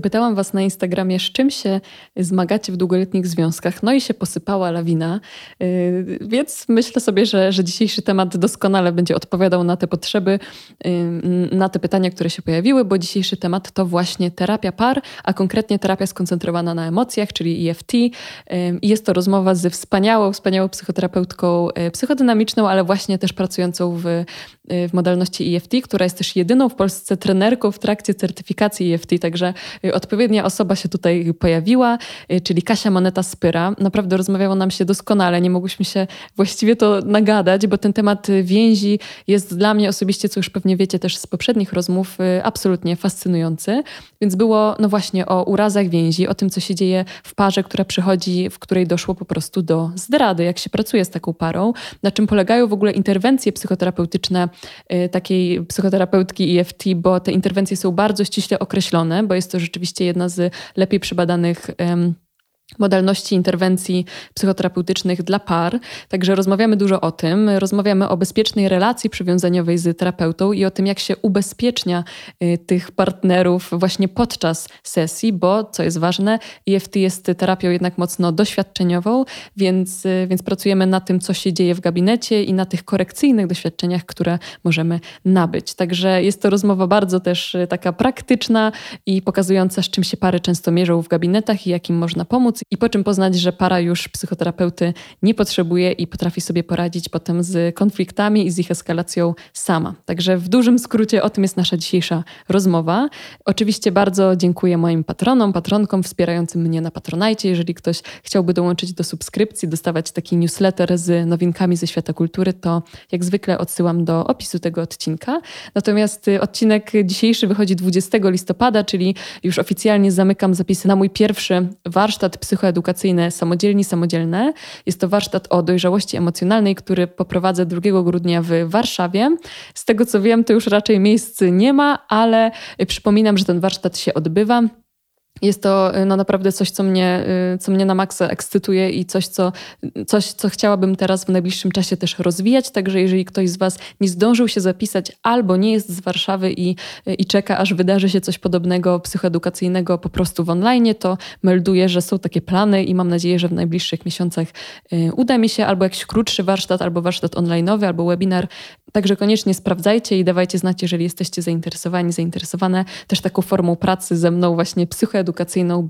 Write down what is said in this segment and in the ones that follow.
Zapytałam was na Instagramie, z czym się zmagacie w długoletnich związkach. No i się posypała lawina, więc myślę sobie, że dzisiejszy temat doskonale będzie odpowiadał na te potrzeby, na te pytania, które się pojawiły, bo dzisiejszy temat to właśnie terapia par, a konkretnie terapia skoncentrowana na emocjach, czyli EFT. I jest to rozmowa ze wspaniałą psychoterapeutką psychodynamiczną, ale właśnie też pracującą w modalności EFT, która jest też jedyną w Polsce trenerką w trakcie certyfikacji EFT, także odpowiednia osoba się tutaj pojawiła, czyli Kasia Moneta-Spyra. Naprawdę rozmawiało nam się doskonale, nie mogłyśmy się właściwie to nagadać, bo ten temat więzi jest dla mnie osobiście, co już pewnie wiecie też z poprzednich rozmów, absolutnie fascynujący. Więc było no właśnie o urazach więzi, o tym, co się dzieje w parze, która przychodzi, w której doszło po prostu do zdrady, jak się pracuje z taką parą, na czym polegają w ogóle interwencje psychoterapeutyczne takiej psychoterapeutki EFT, bo te interwencje są bardzo ściśle określone, bo jest to rzeczywiście jedna z lepiej przebadanych modalności interwencji psychoterapeutycznych dla par. Także rozmawiamy dużo o tym. Rozmawiamy o bezpiecznej relacji przywiązaniowej z terapeutą i o tym, jak się ubezpiecznia tych partnerów właśnie podczas sesji, bo co jest ważne, EFT jest terapią jednak mocno doświadczeniową, więc pracujemy na tym, co się dzieje w gabinecie i na tych korekcyjnych doświadczeniach, które możemy nabyć. Także jest to rozmowa bardzo też taka praktyczna i pokazująca, z czym się pary często mierzą w gabinetach i jak im można pomóc i po czym poznać, że para już psychoterapeuty nie potrzebuje i potrafi sobie poradzić potem z konfliktami i z ich eskalacją sama. Także w dużym skrócie o tym jest nasza dzisiejsza rozmowa. Oczywiście bardzo dziękuję moim patronkom wspierającym mnie na Patronite. Jeżeli ktoś chciałby dołączyć do subskrypcji, dostawać taki newsletter z nowinkami ze świata kultury, to jak zwykle odsyłam do opisu tego odcinka. Natomiast odcinek dzisiejszy wychodzi 20 listopada, czyli już oficjalnie zamykam zapisy na mój pierwszy warsztat psychoedukacyjny Samodzielni, Samodzielne. Jest to warsztat o dojrzałości emocjonalnej, który poprowadzę 2 grudnia w Warszawie. Z tego co wiem, to już raczej miejsc nie ma, ale przypominam, że ten warsztat się odbywa. Jest to no naprawdę coś, co mnie na maksa ekscytuje i coś, co chciałabym teraz w najbliższym czasie też rozwijać. Także jeżeli ktoś z was nie zdążył się zapisać albo nie jest z Warszawy i czeka, aż wydarzy się coś podobnego psychoedukacyjnego po prostu w online, to melduję, że są takie plany i mam nadzieję, że w najbliższych miesiącach uda mi się albo jakiś krótszy warsztat, albo warsztat online'owy, albo webinar. Także koniecznie sprawdzajcie i dawajcie znać, jeżeli jesteście zainteresowane też taką formą pracy ze mną właśnie psychoedukacyjną,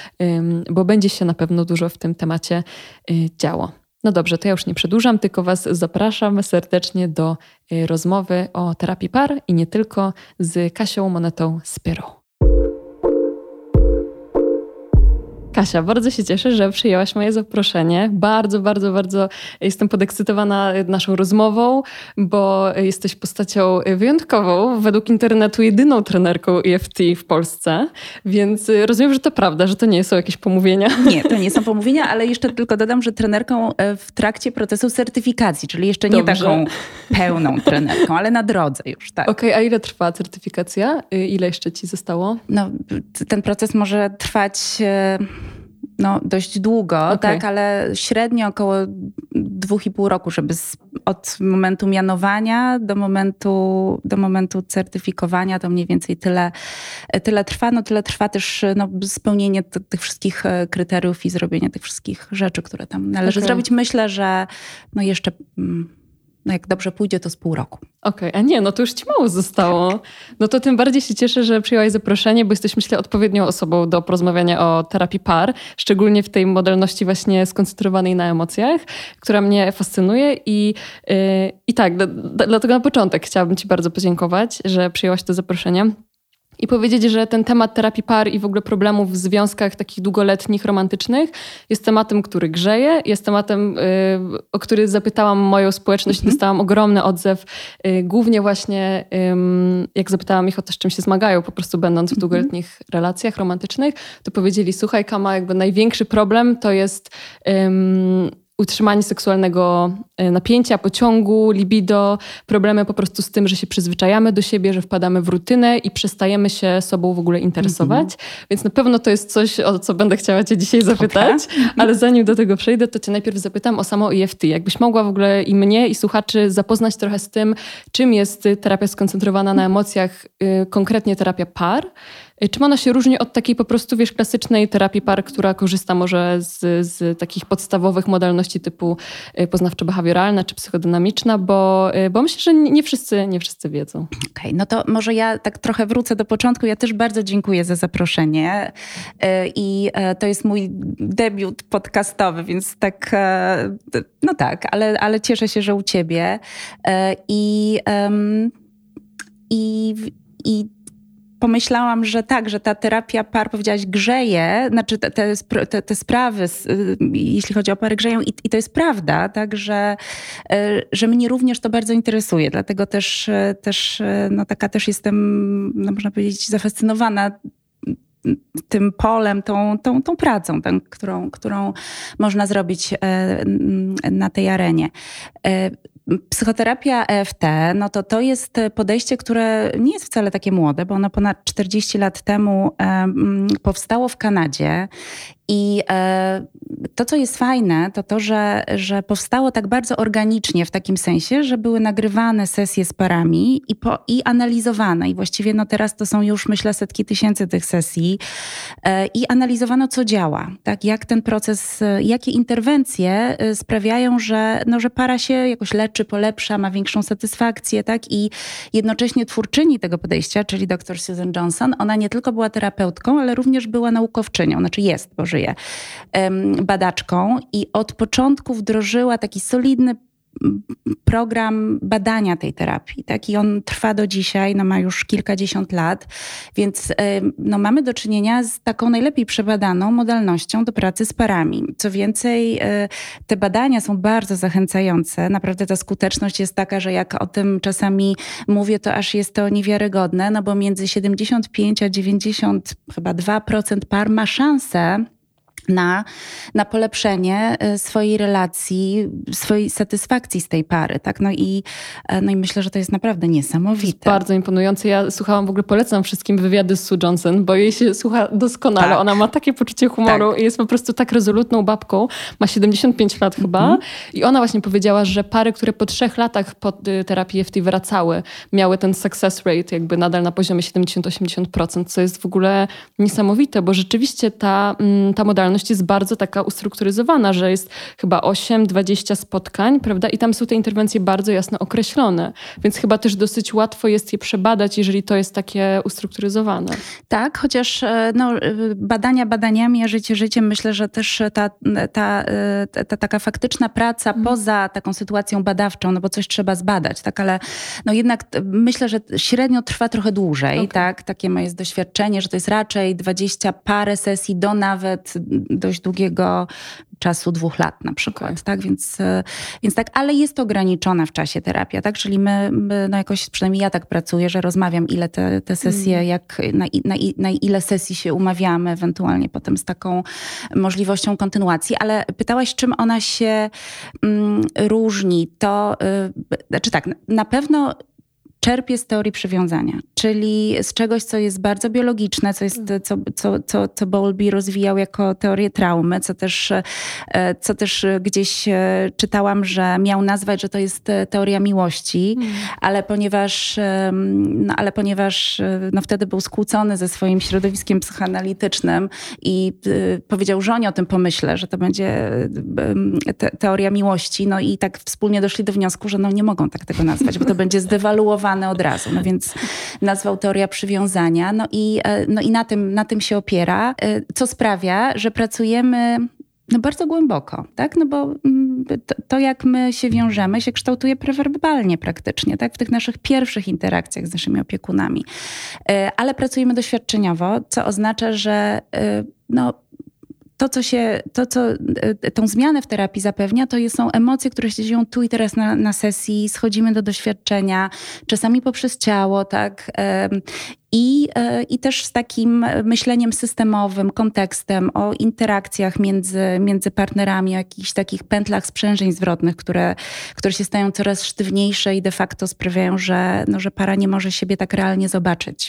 bo będzie się na pewno dużo w tym temacie działo. No dobrze, to ja już nie przedłużam, tylko was zapraszam serdecznie do rozmowy o terapii par i nie tylko z Kasią Monetą-Spyrą. Kasia, bardzo się cieszę, że przyjęłaś moje zaproszenie. Bardzo jestem podekscytowana naszą rozmową, bo jesteś postacią wyjątkową, według internetu jedyną trenerką EFT w Polsce, więc rozumiem, że to prawda, że to nie są jakieś pomówienia. Nie, to nie są pomówienia, ale jeszcze tylko dodam, że trenerką w trakcie procesu certyfikacji, czyli jeszcze nie taką pełną trenerką, ale na drodze już, tak. Okej, a ile trwa certyfikacja? Ile jeszcze ci zostało? No, ten proces może trwać dość długo, tak, ale średnio około 2,5 roku, żeby od momentu mianowania do momentu certyfikowania to mniej więcej tyle trwa. No tyle trwa też spełnienie tych wszystkich kryteriów i zrobienie tych wszystkich rzeczy, które tam należy zrobić. Myślę, że jeszcze jak dobrze pójdzie, to z pół roku. Okej, a nie, to już ci mało zostało. Tak. No to tym bardziej się cieszę, że przyjęłaś zaproszenie, bo jesteś, myślę, odpowiednią osobą do porozmawiania o terapii par, szczególnie w tej modalności właśnie skoncentrowanej na emocjach, która mnie fascynuje i tak, dlatego na początek chciałabym ci bardzo podziękować, że przyjęłaś to zaproszenie. I powiedzieć, że ten temat terapii par i w ogóle problemów w związkach takich długoletnich, romantycznych jest tematem, który grzeje, jest tematem, o który zapytałam moją społeczność i dostałam ogromny odzew. Głównie właśnie jak zapytałam ich o to, z czym się zmagają, po prostu będąc w długoletnich relacjach romantycznych, to powiedzieli, słuchaj Kama, jakby największy problem to jest utrzymanie seksualnego napięcia, pociągu, libido, problemy po prostu z tym, że się przyzwyczajamy do siebie, że wpadamy w rutynę i przestajemy się sobą w ogóle interesować. Więc na pewno to jest coś, o co będę chciała cię dzisiaj zapytać, ale zanim do tego przejdę, to cię najpierw zapytam o samo EFT. Jakbyś mogła w ogóle i mnie, i słuchaczy zapoznać trochę z tym, czym jest terapia skoncentrowana na emocjach, konkretnie terapia par, Czym ona się różni od takiej po prostu, klasycznej terapii par, która korzysta może z takich podstawowych modalności typu poznawczo-behawioralna czy psychodynamiczna, bo myślę, że nie wszyscy wiedzą. Okej, no to może ja tak trochę wrócę do początku. Ja też bardzo dziękuję za zaproszenie i to jest mój debiut podcastowy, więc tak, no tak, ale cieszę się, że u ciebie i pomyślałam, że tak, że ta terapia par, powiedziałaś, grzeje, znaczy te sprawy, jeśli chodzi o pary, grzeją i to jest prawda, tak, że mnie również to bardzo interesuje, dlatego też no taka też jestem, no można powiedzieć, zafascynowana tym polem, tą pracą, którą można zrobić na tej arenie. Psychoterapia EFT, no to jest podejście, które nie jest wcale takie młode, bo ono ponad 40 lat temu powstało w Kanadzie. I to, co jest fajne, to że powstało tak bardzo organicznie w takim sensie, że były nagrywane sesje z parami i analizowane. I właściwie no teraz to są już, myślę, setki tysięcy tych sesji. I analizowano, co działa. Tak? Jak ten proces, jakie interwencje sprawiają, że para się jakoś leczy, polepsza, ma większą satysfakcję. Tak? I jednocześnie twórczyni tego podejścia, czyli dr Susan Johnson, ona nie tylko była terapeutką, ale również była naukowczynią. Znaczy jest, bo żyje, badaczką i od początku wdrożyła taki solidny program badania tej terapii. Tak? I on trwa do dzisiaj, no ma już kilkadziesiąt lat, więc no mamy do czynienia z taką najlepiej przebadaną modalnością do pracy z parami. Co więcej, te badania są bardzo zachęcające. Naprawdę ta skuteczność jest taka, że jak o tym czasami mówię, to aż jest to niewiarygodne, no bo między 75 a 92% par ma szansę na polepszenie swojej relacji, swojej satysfakcji z tej pary. Tak? No i myślę, że to jest naprawdę niesamowite. Bardzo imponujące. Ja słuchałam, w ogóle polecam wszystkim wywiady z Sue Johnson, bo jej się słucha doskonale. Tak. Ona ma takie poczucie humoru i jest po prostu tak rezolutną babką. Ma 75 lat chyba. I ona właśnie powiedziała, że pary, które po 3 latach po terapii EFT wracały, miały ten success rate jakby nadal na poziomie 70-80%, co jest w ogóle niesamowite, bo rzeczywiście ta modalność jest bardzo taka ustrukturyzowana, że jest chyba 8-20 spotkań, prawda? I tam są te interwencje bardzo jasno określone. Więc chyba też dosyć łatwo jest je przebadać, jeżeli to jest takie ustrukturyzowane. Tak, chociaż no, badania badaniami, a życie życiem. Myślę, że też ta taka faktyczna praca poza taką sytuacją badawczą, no bo coś trzeba zbadać, tak? Ale no jednak myślę, że średnio trwa trochę dłużej, tak? Takie moje jest doświadczenie, że to jest raczej 20 parę sesji do nawet dość długiego czasu, 2 lat na przykład, tak? Więc tak, ale jest ograniczona w czasie terapia, tak? Czyli my no jakoś, przynajmniej ja tak pracuję, że rozmawiam, ile te sesje, na ile sesji się umawiamy, ewentualnie potem z taką możliwością kontynuacji. Ale pytałaś, czym ona się różni. To, znaczy tak, na pewno czerpie z teorii przywiązania, czyli z czegoś, co jest bardzo biologiczne, co jest, co Bowlby rozwijał jako teorię traumy, co też gdzieś czytałam, że miał nazwać, że to jest teoria miłości, ale ponieważ wtedy był skłócony ze swoim środowiskiem psychoanalitycznym i powiedział żonie, o tym pomyślę, że to będzie teoria miłości, no i tak wspólnie doszli do wniosku, że no nie mogą tak tego nazwać, bo to będzie zdewaluowane od razu. No więc nazwał teoria przywiązania. No i na tym się opiera, co sprawia, że pracujemy no bardzo głęboko, tak? No bo to jak my się wiążemy, się kształtuje prewerbalnie praktycznie, tak? W tych naszych pierwszych interakcjach z naszymi opiekunami. Ale pracujemy doświadczeniowo, co oznacza, że no tą zmianę w terapii zapewnia, to są emocje, które się dzieją tu i teraz na sesji, schodzimy do doświadczenia, czasami poprzez ciało, tak? I też z takim myśleniem systemowym, kontekstem, o interakcjach między partnerami, o jakichś takich pętlach sprzężeń zwrotnych, które się stają coraz sztywniejsze i de facto sprawiają, że para nie może siebie tak realnie zobaczyć.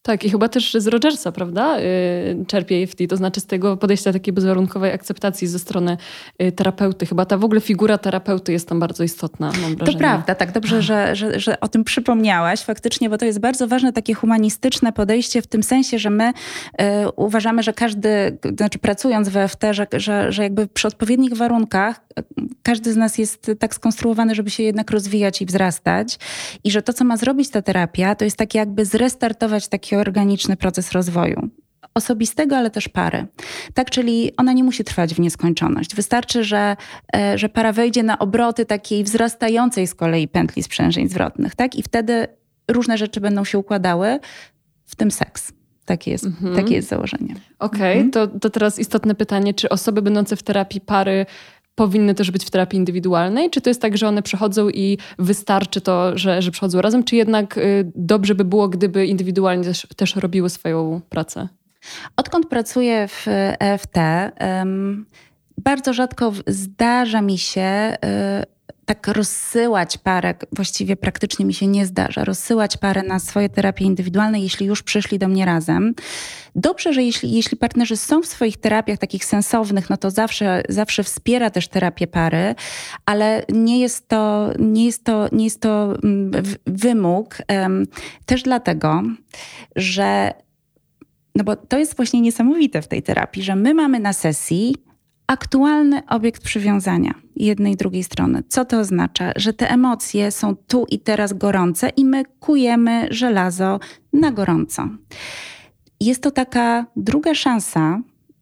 Tak, i chyba też z Rogersa, prawda, czerpie EFT, to znaczy z tego podejścia takiej bezwarunkowej akceptacji ze strony terapeuty. Chyba ta w ogóle figura terapeuty jest tam bardzo istotna, mam wrażenie. To prawda, tak dobrze, że o tym przypomniałaś faktycznie, bo to jest bardzo ważne takie humanistyczne podejście w tym sensie, że my uważamy, że każdy, znaczy pracując w EFT, że jakby przy odpowiednich warunkach każdy z nas jest tak skonstruowany, żeby się jednak rozwijać i wzrastać i że to, co ma zrobić ta terapia, to jest tak jakby zrestartować taki organiczny proces rozwoju. Osobistego, ale też pary. Tak, czyli ona nie musi trwać w nieskończoność. Wystarczy, że para wejdzie na obroty takiej wzrastającej z kolei pętli sprzężeń zwrotnych, tak? I wtedy różne rzeczy będą się układały, w tym seks. Takie jest założenie. Okej, to teraz istotne pytanie, czy osoby będące w terapii pary powinny też być w terapii indywidualnej? Czy to jest tak, że one przychodzą i wystarczy to, że przychodzą razem? Czy jednak dobrze by było, gdyby indywidualnie też robiły swoją pracę? Odkąd pracuję w EFT, bardzo rzadko zdarza mi się tak rozsyłać parę, właściwie praktycznie mi się nie zdarza, rozsyłać parę na swoje terapie indywidualne, jeśli już przyszli do mnie razem. Dobrze, że jeśli partnerzy są w swoich terapiach takich sensownych, no to zawsze wspiera też terapię pary, ale nie jest to wymóg. Też dlatego, że no bo to jest właśnie niesamowite w tej terapii, że my mamy na sesji aktualny obiekt przywiązania jednej i drugiej strony. Co to oznacza? Że te emocje są tu i teraz gorące i my kujemy żelazo na gorąco. Jest to taka druga szansa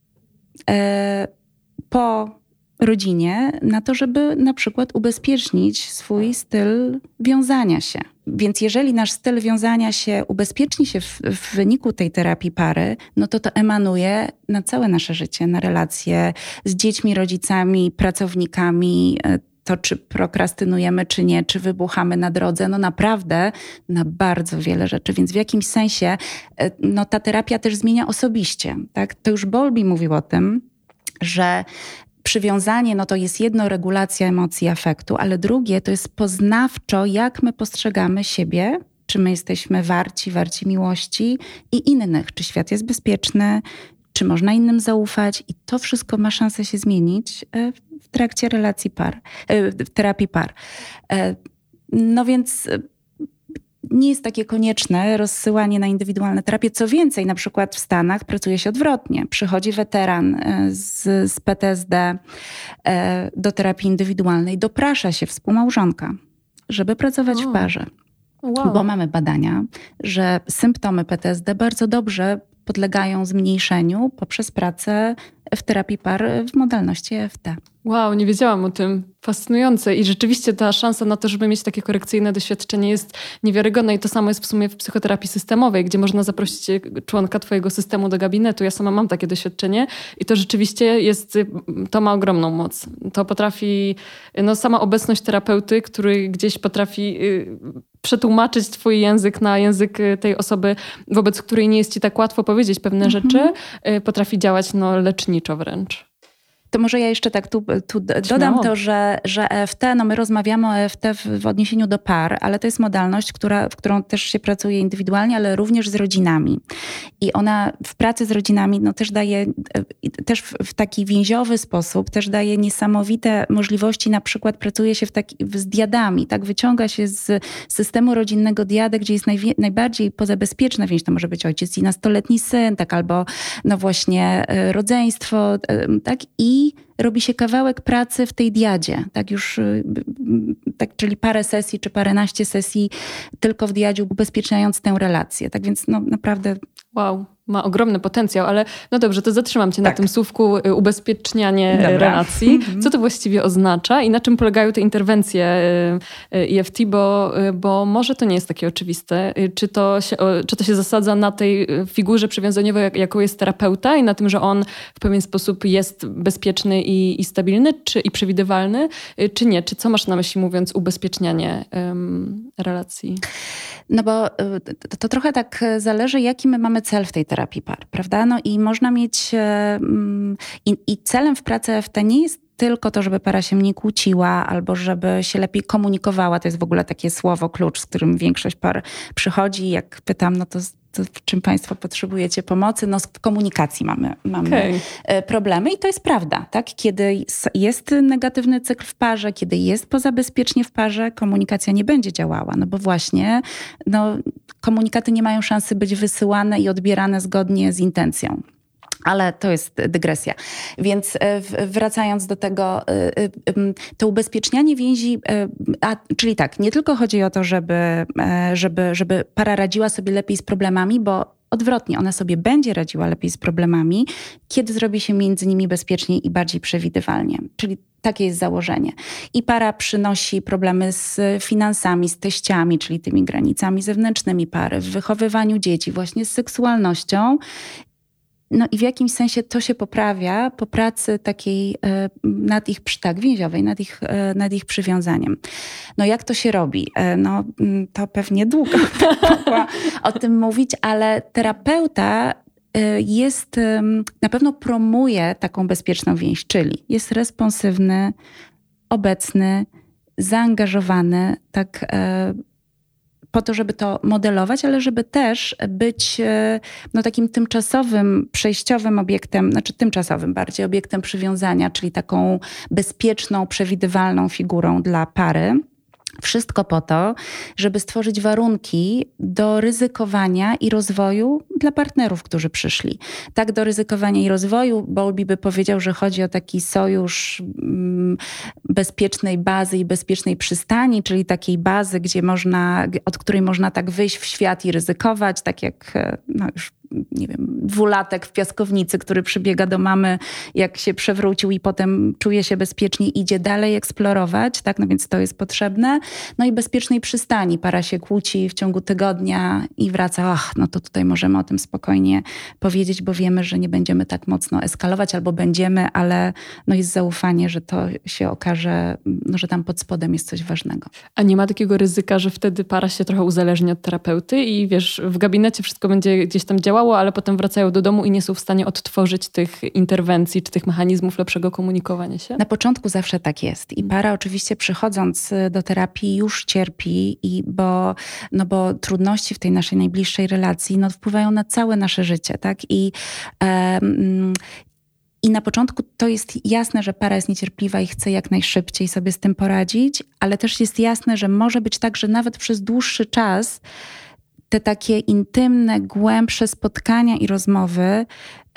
po rodzinie na to, żeby na przykład ubezpiecznić swój styl wiązania się. Więc jeżeli nasz styl wiązania się ubezpieczni się w wyniku tej terapii pary, no to emanuje na całe nasze życie, na relacje z dziećmi, rodzicami, pracownikami, to czy prokrastynujemy, czy nie, czy wybuchamy na drodze, no naprawdę na bardzo wiele rzeczy. Więc w jakimś sensie no ta terapia też zmienia osobiście. Tak? To już Bowlby mówił o tym, że przywiązanie, no to jest jedno regulacja emocji, afektu, ale drugie to jest poznawczo, jak my postrzegamy siebie, czy my jesteśmy warci miłości i innych, czy świat jest bezpieczny, czy można innym zaufać i to wszystko ma szansę się zmienić w trakcie relacji par, w terapii par. No więc nie jest takie konieczne rozsyłanie na indywidualne terapie. Co więcej, na przykład w Stanach pracuje się odwrotnie. Przychodzi weteran z PTSD do terapii indywidualnej, doprasza się współmałżonka, żeby pracować w parze. Wow. Bo mamy badania, że symptomy PTSD bardzo dobrze podlegają zmniejszeniu poprzez pracę w terapii par w modalności EFT. Wow, nie wiedziałam o tym. Fascynujące. I rzeczywiście ta szansa na to, żeby mieć takie korekcyjne doświadczenie jest niewiarygodna. I to samo jest w sumie w psychoterapii systemowej, gdzie można zaprosić członka twojego systemu do gabinetu. Ja sama mam takie doświadczenie i to rzeczywiście to ma ogromną moc. To potrafi, sama obecność terapeuty, który gdzieś potrafi przetłumaczyć twój język na język tej osoby, wobec której nie jest ci tak łatwo powiedzieć pewne rzeczy, potrafi działać leczniczo wręcz. To może ja jeszcze tak tu dodam to, że EFT, my rozmawiamy o EFT w odniesieniu do par, ale to jest modalność, w którą też się pracuje indywidualnie, ale również z rodzinami. I ona w pracy z rodzinami też daje, też w taki więziowy sposób, też daje niesamowite możliwości. Na przykład pracuje się z diadami, tak? Wyciąga się z systemu rodzinnego diadę, gdzie jest najbardziej pozabezpieczna więź. To może być ojciec i nastoletni syn, tak? Albo właśnie rodzeństwo, tak? I robi się kawałek pracy w tej diadzie, tak już, tak, czyli parę sesji czy paręnaście sesji tylko w diadzie, ubezpieczając tę relację. Tak więc naprawdę... Wow, ma ogromny potencjał, ale dobrze, to zatrzymam cię na tym słówku ubezpiecznianie relacji. Co to właściwie oznacza i na czym polegają te interwencje EFT, bo może to nie jest takie oczywiste. Czy to się zasadza na tej figurze przywiązaniowej, jaką jest terapeuta i na tym, że on w pewien sposób jest bezpieczny i stabilny i przewidywalny, czy nie? Czy co masz na myśli, mówiąc ubezpiecznianie relacji? No bo to trochę tak zależy, jaki my mamy cel w tej terapii par, prawda? I można mieć... I celem w pracy EFT nie jest tylko to, żeby para się mniej kłóciła albo żeby się lepiej komunikowała. To jest w ogóle takie słowo klucz, z którym większość par przychodzi. Jak pytam, no to w czym państwo potrzebujecie pomocy? No w komunikacji mamy problemy i to jest prawda. Tak? Kiedy jest negatywny cykl w parze, kiedy jest pozabezpiecznie w parze, komunikacja nie będzie działała. No bo właśnie komunikaty nie mają szansy być wysyłane i odbierane zgodnie z intencją. Ale to jest dygresja. Więc wracając do tego, to ubezpiecznianie więzi, czyli tak, nie tylko chodzi o to, żeby para radziła sobie lepiej z problemami, bo odwrotnie, ona sobie będzie radziła lepiej z problemami, kiedy zrobi się między nimi bezpieczniej i bardziej przewidywalnie. Czyli takie jest założenie. I para przynosi problemy z finansami, z teściami, czyli tymi granicami zewnętrznymi pary, w wychowywaniu dzieci, właśnie z seksualnością. No i w jakimś sensie to się poprawia po pracy takiej więziowej, nad ich przywiązaniem. No jak to się robi? No to pewnie długo mogła o tym mówić, ale terapeuta na pewno promuje taką bezpieczną więź, czyli jest responsywny, obecny, zaangażowany, tak po to, żeby to modelować, ale żeby też być takim tymczasowym, przejściowym obiektem, tymczasowym bardziej, obiektem przywiązania, czyli taką bezpieczną, przewidywalną figurą dla pary. Wszystko po to, żeby stworzyć warunki do ryzykowania i rozwoju dla partnerów, którzy przyszli. Tak, do ryzykowania i rozwoju Bowlby by powiedział, że chodzi o taki sojusz bezpiecznej bazy i bezpiecznej przystani, czyli takiej bazy, od której można tak wyjść w świat i ryzykować, tak jak już nie wiem, dwulatek w piaskownicy, który przybiega do mamy, jak się przewrócił i potem czuje się bezpiecznie, idzie dalej eksplorować, tak? No więc to jest potrzebne. No i bezpiecznej przystani. Para się kłóci w ciągu tygodnia i wraca, no to tutaj możemy o tym spokojnie powiedzieć, bo wiemy, że nie będziemy tak mocno eskalować, albo będziemy, ale no jest zaufanie, że to się okaże, że tam pod spodem jest coś ważnego. A nie ma takiego ryzyka, że wtedy para się trochę uzależni od terapeuty i wiesz, w gabinecie wszystko będzie gdzieś tam działało, ale potem wracają do domu i nie są w stanie odtworzyć tych interwencji czy tych mechanizmów lepszego komunikowania się? Na początku zawsze tak jest. I para oczywiście przychodząc do terapii już cierpi, bo trudności w tej naszej najbliższej relacji wpływają na całe nasze życie, tak? I na początku to jest jasne, że para jest niecierpliwa i chce jak najszybciej sobie z tym poradzić, ale też jest jasne, że może być tak, że nawet przez dłuższy czas te takie intymne, głębsze spotkania i rozmowy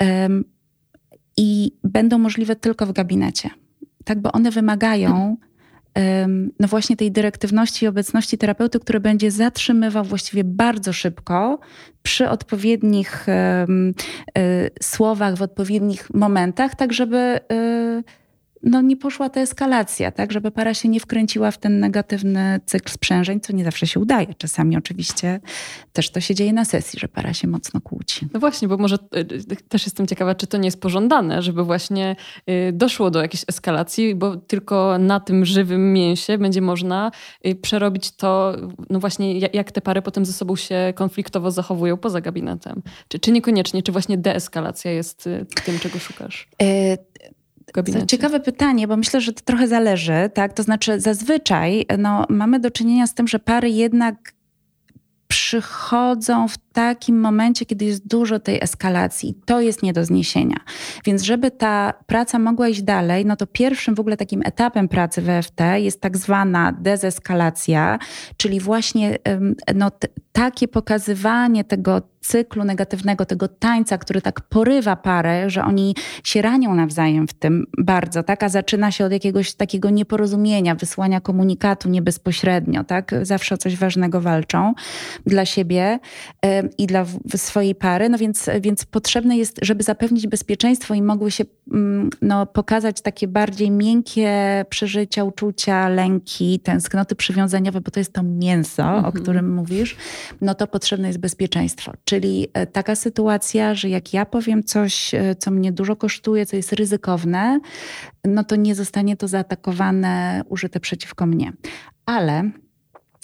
i będą możliwe tylko w gabinecie. Tak, bo one wymagają właśnie tej dyrektywności i obecności terapeuty, który będzie zatrzymywał właściwie bardzo szybko przy odpowiednich słowach, w odpowiednich momentach, tak żeby nie poszła ta eskalacja, tak, żeby para się nie wkręciła w ten negatywny cykl sprzężeń, co nie zawsze się udaje. Czasami oczywiście też to się dzieje na sesji, że para się mocno kłóci. No właśnie, bo może też jestem ciekawa, czy to nie jest pożądane, żeby właśnie doszło do jakiejś eskalacji, bo tylko na tym żywym mięsie będzie można przerobić to, właśnie jak te pary potem ze sobą się konfliktowo zachowują poza gabinetem. Czy niekoniecznie, czy właśnie deeskalacja jest tym, czego szukasz? To ciekawe pytanie, bo myślę, że to trochę zależy, tak? To znaczy zazwyczaj mamy do czynienia z tym, że pary jednak przychodzą w takim momencie, kiedy jest dużo tej eskalacji. To jest nie do zniesienia. Więc żeby ta praca mogła iść dalej, to pierwszym w ogóle takim etapem pracy w EFT jest tak zwana dezeskalacja, czyli właśnie takie pokazywanie tego cyklu negatywnego, tego tańca, który tak porywa parę, że oni się ranią nawzajem w tym bardzo, tak? A zaczyna się od jakiegoś takiego nieporozumienia, wysłania komunikatu nie bezpośrednio, tak? Zawsze o coś ważnego walczą dla siebie i dla swojej pary. Więc potrzebne jest, żeby zapewnić bezpieczeństwo i mogły się pokazać takie bardziej miękkie przeżycia, uczucia, lęki, tęsknoty przywiązaniowe, bo to jest to mięso, o którym mówisz, to potrzebne jest bezpieczeństwo. Czyli taka sytuacja, że jak ja powiem coś, co mnie dużo kosztuje, co jest ryzykowne, to nie zostanie to zaatakowane, użyte przeciwko mnie. Ale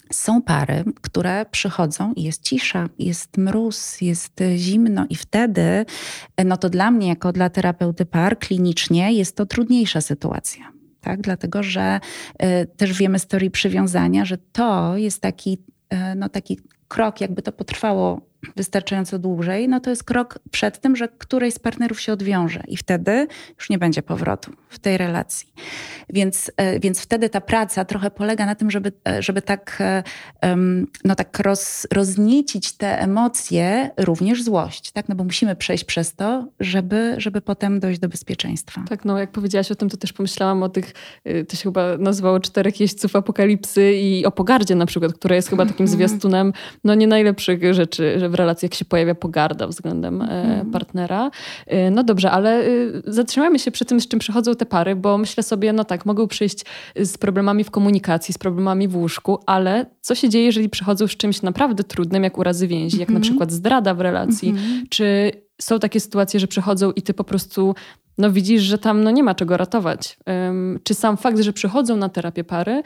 Są pary, które przychodzą i jest cisza, jest mróz, jest zimno i wtedy, no to dla mnie, jako dla terapeuty par, klinicznie jest to trudniejsza sytuacja. Tak? Dlatego, że też wiemy z teorii przywiązania, że to jest taki krok, jakby to potrwało wystarczająco dłużej, no to jest krok przed tym, że któryś z partnerów się odwiąże i wtedy już nie będzie powrotu w tej relacji. Więc wtedy ta praca trochę polega na tym, żeby tak rozniecić te emocje, również złość, tak? No bo musimy przejść przez to, żeby potem dojść do bezpieczeństwa. Tak, no jak powiedziałaś o tym, to też pomyślałam o tych, to się chyba nazywało 4 jeźdźców apokalipsy i o pogardzie na przykład, która jest chyba takim zwiastunem no nie najlepszych rzeczy, że w relacji jak się pojawia pogarda względem partnera. No dobrze, ale zatrzymajmy się przy tym, z czym przychodzą te pary, bo myślę sobie, no tak, mogą przyjść z problemami w komunikacji, z problemami w łóżku, ale co się dzieje, jeżeli przychodzą z czymś naprawdę trudnym, jak urazy więzi, jak na przykład zdrada w relacji, czy są takie sytuacje, że przychodzą i ty po prostu no widzisz, że tam no nie ma czego ratować. Czy sam fakt, że przychodzą na terapię pary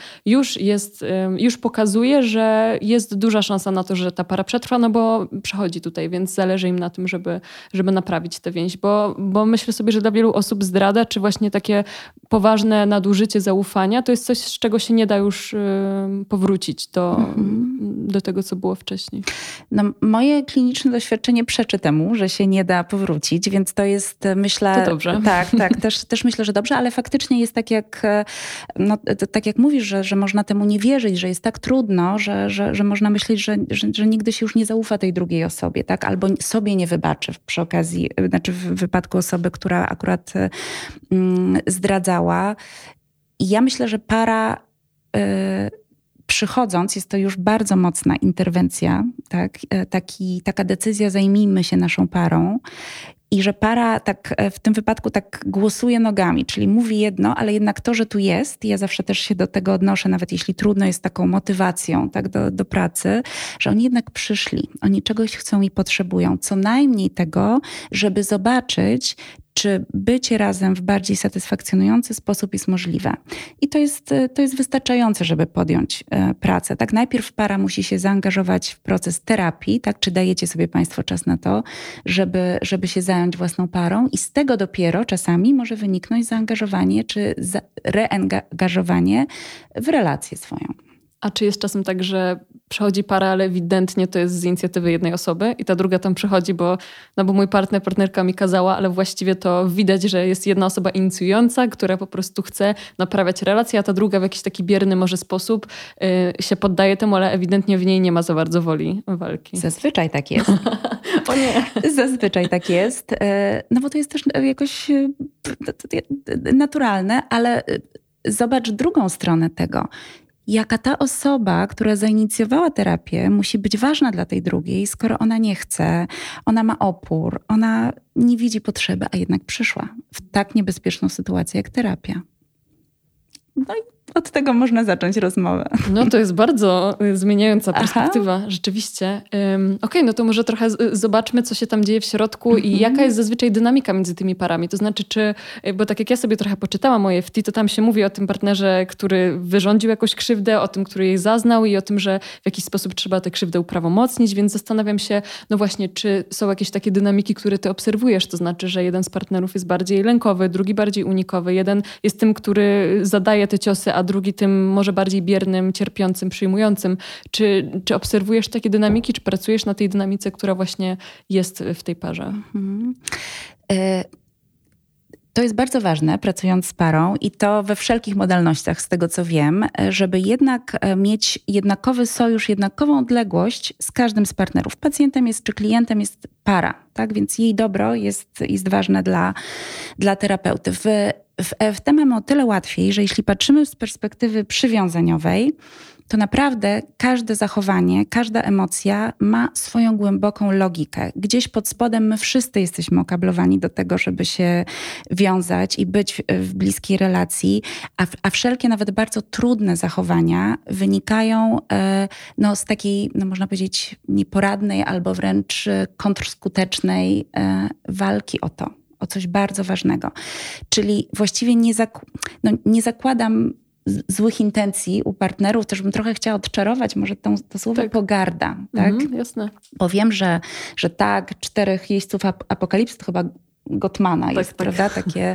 już pokazuje, że jest duża szansa na to, że ta para przetrwa, no bo przychodzi tutaj, więc zależy im na tym, żeby naprawić tę więź. Bo myślę sobie, że dla wielu osób zdrada, czy właśnie takie poważne nadużycie zaufania, to jest coś, z czego się nie da już powrócić do tego, co było wcześniej. No, moje kliniczne doświadczenie przeczy temu, że się nie da powrócić, więc to jest, myślę... To dobrze. Tak, też myślę, że dobrze, ale faktycznie jest tak jak mówisz, że można temu nie wierzyć, że jest tak trudno, że można myśleć, że nigdy się już nie zaufa tej drugiej osobie, tak? Albo sobie nie wybaczy przy okazji, znaczy w wypadku osoby, która akurat zdradzała. I ja myślę, że para przychodząc, jest to już bardzo mocna interwencja, tak? Taka decyzja, zajmijmy się naszą parą. I że para tak w tym wypadku tak głosuje nogami, czyli mówi jedno, ale jednak to, że tu jest, ja zawsze też się do tego odnoszę, nawet jeśli trudno, jest taką motywacją tak, do pracy, że oni jednak przyszli, oni czegoś chcą i potrzebują, co najmniej tego, żeby zobaczyć, czy bycie razem w bardziej satysfakcjonujący sposób jest możliwe. I to jest wystarczające, żeby podjąć pracę. Tak, najpierw para musi się zaangażować w proces terapii, tak, czy dajecie sobie Państwo czas na to, żeby się zająć własną parą i z tego dopiero czasami może wyniknąć zaangażowanie czy reangażowanie w relację swoją. A czy jest czasem tak, że przychodzi para, ale ewidentnie to jest z inicjatywy jednej osoby i ta druga tam przychodzi, bo mój partnerka mi kazała, ale właściwie to widać, że jest jedna osoba inicjująca, która po prostu chce naprawiać relację, a ta druga w jakiś taki bierny może sposób się poddaje temu, ale ewidentnie w niej nie ma za bardzo woli walki. Zazwyczaj tak jest. O nie. Zazwyczaj tak jest. No bo to jest też jakoś naturalne, ale zobacz drugą stronę tego. Jaka ta osoba, która zainicjowała terapię, musi być ważna dla tej drugiej, skoro ona nie chce, ona ma opór, ona nie widzi potrzeby, a jednak przyszła w tak niebezpieczną sytuację jak terapia. No i od tego można zacząć rozmowę. No to jest bardzo zmieniająca perspektywa, rzeczywiście. Okej, no to może trochę zobaczmy, co się tam dzieje w środku i jaka jest zazwyczaj dynamika między tymi parami. To znaczy, bo tak jak ja sobie trochę poczytałam o EFT, to tam się mówi o tym partnerze, który wyrządził jakąś krzywdę, o tym, który jej zaznał i o tym, że w jakiś sposób trzeba tę krzywdę uprawomocnić, więc zastanawiam się, no właśnie, czy są jakieś takie dynamiki, które ty obserwujesz, to znaczy, że jeden z partnerów jest bardziej lękowy, drugi bardziej unikowy, jeden jest tym, który zadaje te ciosy, a drugi tym może bardziej biernym, cierpiącym, przyjmującym. Czy obserwujesz takie dynamiki, czy pracujesz na tej dynamice, która właśnie jest w tej parze? To jest bardzo ważne, pracując z parą i to we wszelkich modalnościach, z tego co wiem, żeby jednak mieć jednakowy sojusz, jednakową odległość z każdym z partnerów. Pacjentem jest, czy klientem jest para, tak? Więc jej dobro jest ważne dla terapeuty. W EFT mamy o tyle łatwiej, że jeśli patrzymy z perspektywy przywiązaniowej, to naprawdę każde zachowanie, każda emocja ma swoją głęboką logikę. Gdzieś pod spodem my wszyscy jesteśmy okablowani do tego, żeby się wiązać i być w bliskiej relacji, a wszelkie nawet bardzo trudne zachowania wynikają z takiej, można powiedzieć, nieporadnej albo wręcz kontrskutecznej walki o to. O coś bardzo ważnego. Czyli właściwie nie zakładam złych intencji u partnerów, też bym trochę chciała odczarować może to słowo pogarda. Tak? Jasne. Bo wiem, że tak, 4 jeźdźców apokalipsy to chyba Gottmana jest, prawda? Takie...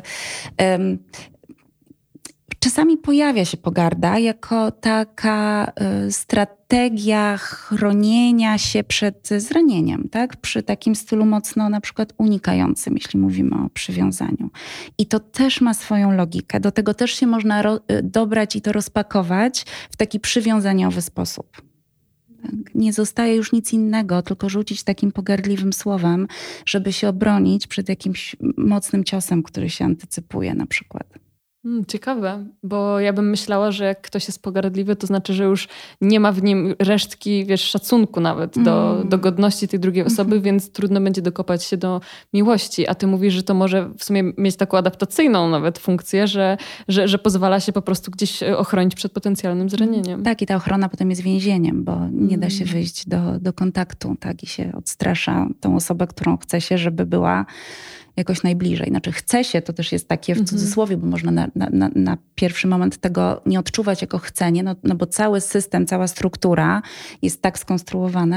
Czasami pojawia się pogarda jako taka strategia chronienia się przed zranieniem, tak? Przy takim stylu mocno na przykład unikającym, jeśli mówimy o przywiązaniu. I to też ma swoją logikę. Do tego też się można dobrać i to rozpakować w taki przywiązaniowy sposób. Tak? Nie zostaje już nic innego, tylko rzucić takim pogardliwym słowem, żeby się obronić przed jakimś mocnym ciosem, który się antycypuje na przykład. Ciekawe, bo ja bym myślała, że jak ktoś jest pogardliwy, to znaczy, że już nie ma w nim resztki, szacunku nawet do godności tej drugiej osoby, więc trudno będzie dokopać się do miłości. A ty mówisz, że to może w sumie mieć taką adaptacyjną nawet funkcję, że pozwala się po prostu gdzieś ochronić przed potencjalnym zranieniem. Tak, i ta ochrona potem jest więzieniem, bo nie da się wyjść do kontaktu, tak, i się odstrasza tą osobę, którą chce się, żeby była jakoś najbliżej. Znaczy chce się, to też jest takie w cudzysłowie, bo można na pierwszy moment tego nie odczuwać jako chcenie, no bo cały system, cała struktura jest tak skonstruowana,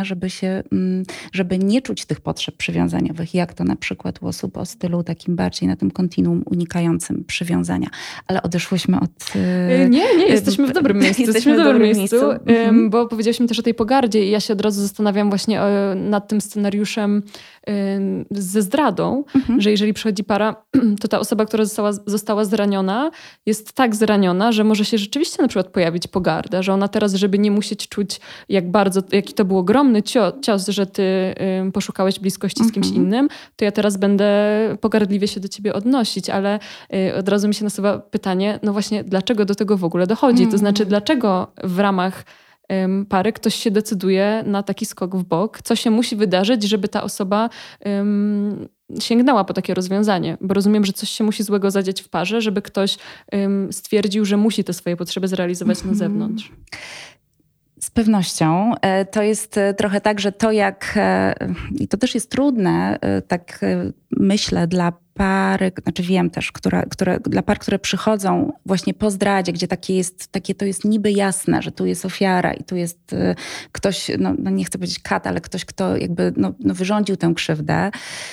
żeby nie czuć tych potrzeb przywiązaniowych, jak to na przykład u osób o stylu takim bardziej na tym kontinuum unikającym przywiązania. Ale odeszłyśmy od... Nie, jesteśmy w dobrym miejscu. Jesteśmy w dobrym miejscu, bo powiedzieliśmy też o tej pogardzie i ja się od razu zastanawiam właśnie nad tym scenariuszem ze zdradą, że jeżeli przychodzi para, to ta osoba, która została zraniona, jest tak zraniona, że może się rzeczywiście na przykład pojawić pogarda, że ona teraz, żeby nie musieć czuć jaki to był ogromny cios, że ty poszukałeś bliskości z kimś innym, to ja teraz będę pogardliwie się do ciebie odnosić, ale od razu mi się nasuwa pytanie, no właśnie, dlaczego do tego w ogóle dochodzi? To znaczy, dlaczego w ramach pary ktoś się decyduje na taki skok w bok? Co się musi wydarzyć, żeby ta osoba sięgnęła po takie rozwiązanie? Bo rozumiem, że coś się musi złego zadziać w parze, żeby ktoś stwierdził, że musi te swoje potrzeby zrealizować na zewnątrz. Z pewnością. To jest trochę tak, że to i to też jest trudne, tak myślę, dla pary, znaczy wiem też, dla par, które przychodzą właśnie po zdradzie, gdzie to jest niby jasne, że tu jest ofiara i tu jest ktoś, no nie chcę powiedzieć kat, ale ktoś, kto jakby wyrządził tę krzywdę.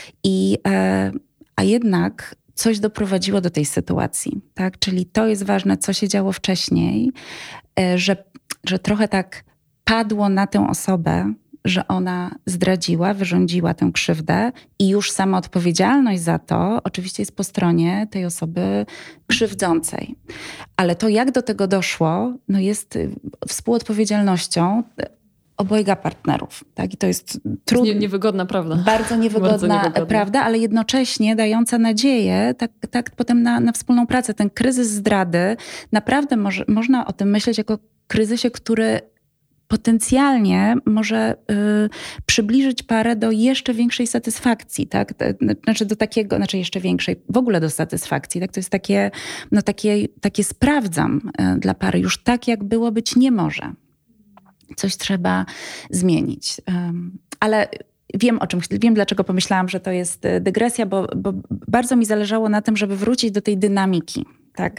A jednak coś doprowadziło do tej sytuacji, tak? Czyli to jest ważne, co się działo wcześniej, że trochę tak padło na tę osobę, że ona zdradziła, wyrządziła tę krzywdę i już sama odpowiedzialność za to oczywiście jest po stronie tej osoby krzywdzącej. Ale to, jak do tego doszło, jest współodpowiedzialnością obojga partnerów. Tak? I to jest trudne. Niewygodna prawda. Bardzo niewygodna prawda, ale jednocześnie dająca nadzieję tak potem na wspólną pracę. Ten kryzys zdrady, naprawdę można o tym myśleć jako kryzysie, który potencjalnie może przybliżyć parę do jeszcze większej satysfakcji, tak? Znaczy jeszcze większej, w ogóle do satysfakcji, tak? To jest takie sprawdzam dla pary, już tak jak było być nie może. Coś trzeba zmienić. Ale wiem dlaczego pomyślałam, że to jest dygresja, bo bardzo mi zależało na tym, żeby wrócić do tej dynamiki, tak?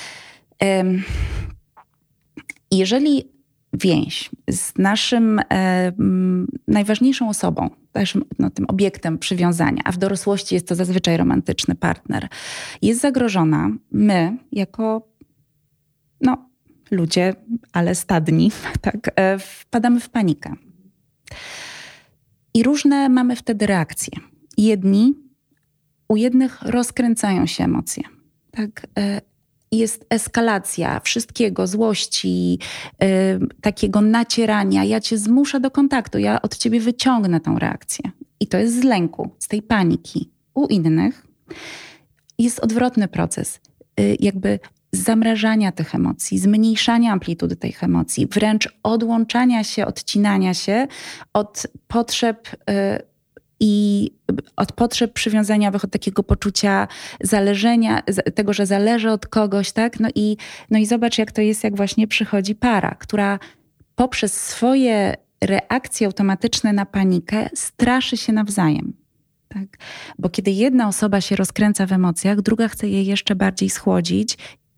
Jeżeli więź z naszym najważniejszą osobą, tym obiektem przywiązania, a w dorosłości jest to zazwyczaj romantyczny partner, jest zagrożona, my jako ludzie, ale stadni, tak, wpadamy w panikę. I różne mamy wtedy reakcje. U jednych rozkręcają się emocje, tak, jest eskalacja wszystkiego, złości, takiego nacierania. Ja cię zmuszę do kontaktu, ja od ciebie wyciągnę tą reakcję. I to jest z lęku, z tej paniki. U innych jest odwrotny proces, jakby zamrażania tych emocji, zmniejszania amplitudy tych emocji, wręcz odłączania się, odcinania się od potrzeb przywiązaniowych, od takiego poczucia zależenia, tego, że zależy od kogoś, tak? No i zobacz, jak to jest, jak właśnie przychodzi para, która poprzez swoje reakcje automatyczne na panikę straszy się nawzajem. Tak? Bo kiedy jedna osoba się rozkręca w emocjach, druga chce je jeszcze bardziej schłodzić,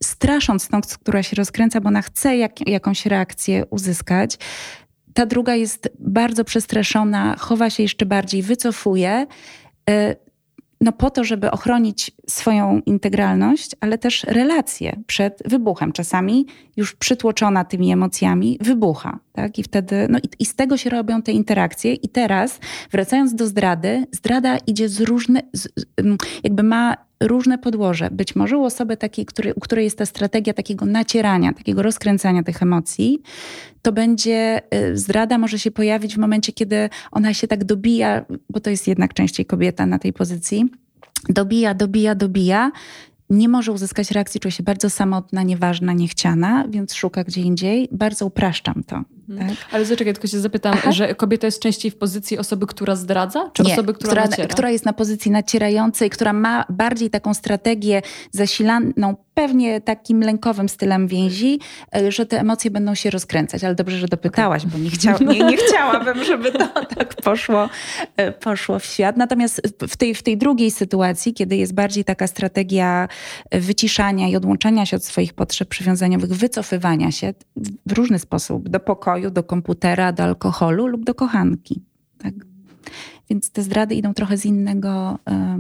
strasząc tą, która się rozkręca, bo ona chce jakąś reakcję uzyskać. Ta druga jest bardzo przestraszona, chowa się jeszcze bardziej, wycofuje, no po to, żeby ochronić swoją integralność, ale też relacje przed wybuchem. Czasami już przytłoczona tymi emocjami wybucha. Tak? I wtedy, no i z tego się robią te interakcje. I teraz, wracając do zdrady, zdrada idzie jakby ma różne podłoże. Być może u osoby takiej, u której jest ta strategia takiego nacierania, takiego rozkręcania tych emocji, to będzie, zdrada może się pojawić w momencie, kiedy ona się tak dobija, bo to jest jednak częściej kobieta na tej pozycji, dobija, nie może uzyskać reakcji, czuje się bardzo samotna, nieważna, niechciana, więc szuka gdzie indziej. Bardzo upraszczam to. Tak? Ale zaczekaj, tylko się zapytam, że kobieta jest częściej w pozycji osoby, która zdradza? Czy osoby, która naciera? Która jest na pozycji nacierającej, która ma bardziej taką strategię zasilaną pewnie takim lękowym stylem więzi, że te emocje będą się rozkręcać. Ale dobrze, że dopytałaś, bo nie chciałabym, żeby to tak poszło w świat. Natomiast w tej drugiej sytuacji, kiedy jest bardziej taka strategia wyciszania i odłączania się od swoich potrzeb przywiązaniowych, wycofywania się w różny sposób do pokoju, do komputera, do alkoholu lub do kochanki. Tak? Więc te zdrady idą trochę z innego...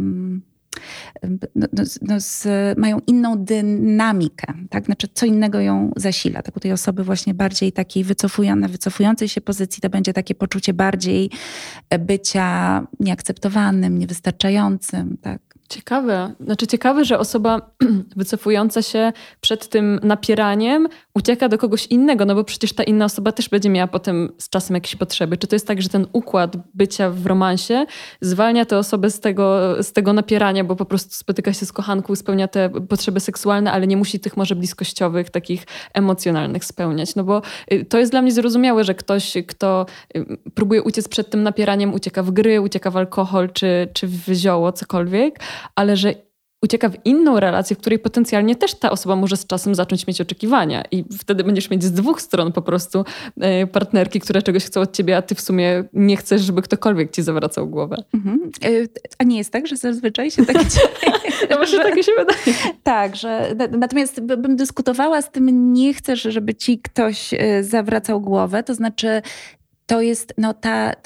mają inną dynamikę, tak? Znaczy co innego ją zasila. Tak, u tej osoby właśnie bardziej takiej wycofującej się pozycji to będzie takie poczucie bardziej bycia nieakceptowanym, niewystarczającym, tak? Ciekawe, że osoba wycofująca się przed tym napieraniem ucieka do kogoś innego, no bo przecież ta inna osoba też będzie miała potem z czasem jakieś potrzeby. Czy to jest tak, że ten układ bycia w romansie zwalnia tę osobę z tego napierania, bo po prostu spotyka się z kochanką, spełnia te potrzeby seksualne, ale nie musi tych może bliskościowych, takich emocjonalnych spełniać. No bo to jest dla mnie zrozumiałe, że ktoś, kto próbuje uciec przed tym napieraniem, ucieka w gry, ucieka w alkohol, czy w zioło, cokolwiek, ale że ucieka w inną relację, w której potencjalnie też ta osoba może z czasem zacząć mieć oczekiwania i wtedy będziesz mieć z dwóch stron po prostu partnerki, które czegoś chcą od ciebie, a ty w sumie nie chcesz, żeby ktokolwiek ci zawracał głowę. A nie jest tak, że zazwyczaj się tak dzieje? No może takie się wydaje. Tak, że natomiast bym dyskutowała z tym, nie chcesz, żeby ci ktoś zawracał głowę, to znaczy to jest, no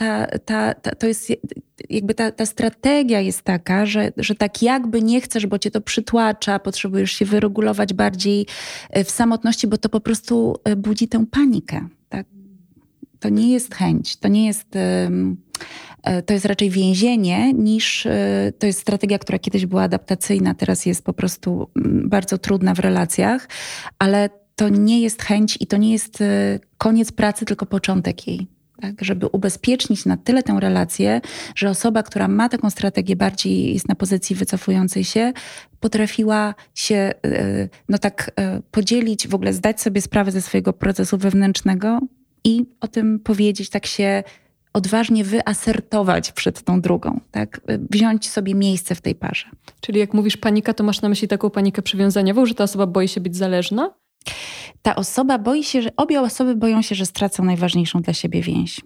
to jest jakby ta strategia jest taka, że tak jakby nie chcesz, bo cię to przytłacza, potrzebujesz się wyregulować bardziej w samotności, bo to po prostu budzi tę panikę. Tak? To nie jest chęć, to nie jest... To jest raczej więzienie niż to jest strategia, która kiedyś była adaptacyjna, teraz jest po prostu bardzo trudna w relacjach, ale to nie jest chęć i to nie jest koniec pracy, tylko początek jej. Tak, żeby ubezpiecznić na tyle tę relację, że osoba, która ma taką strategię, bardziej jest na pozycji wycofującej się, potrafiła się podzielić, w ogóle zdać sobie sprawę ze swojego procesu wewnętrznego i o tym powiedzieć, tak się odważnie wyasertować przed tą drugą, tak? Wziąć sobie miejsce w tej parze. Czyli jak mówisz panika, to masz na myśli taką panikę przywiązaniową, że ta osoba boi się być zależna? Ta osoba boi się, że obie osoby boją się, że stracą najważniejszą dla siebie więź.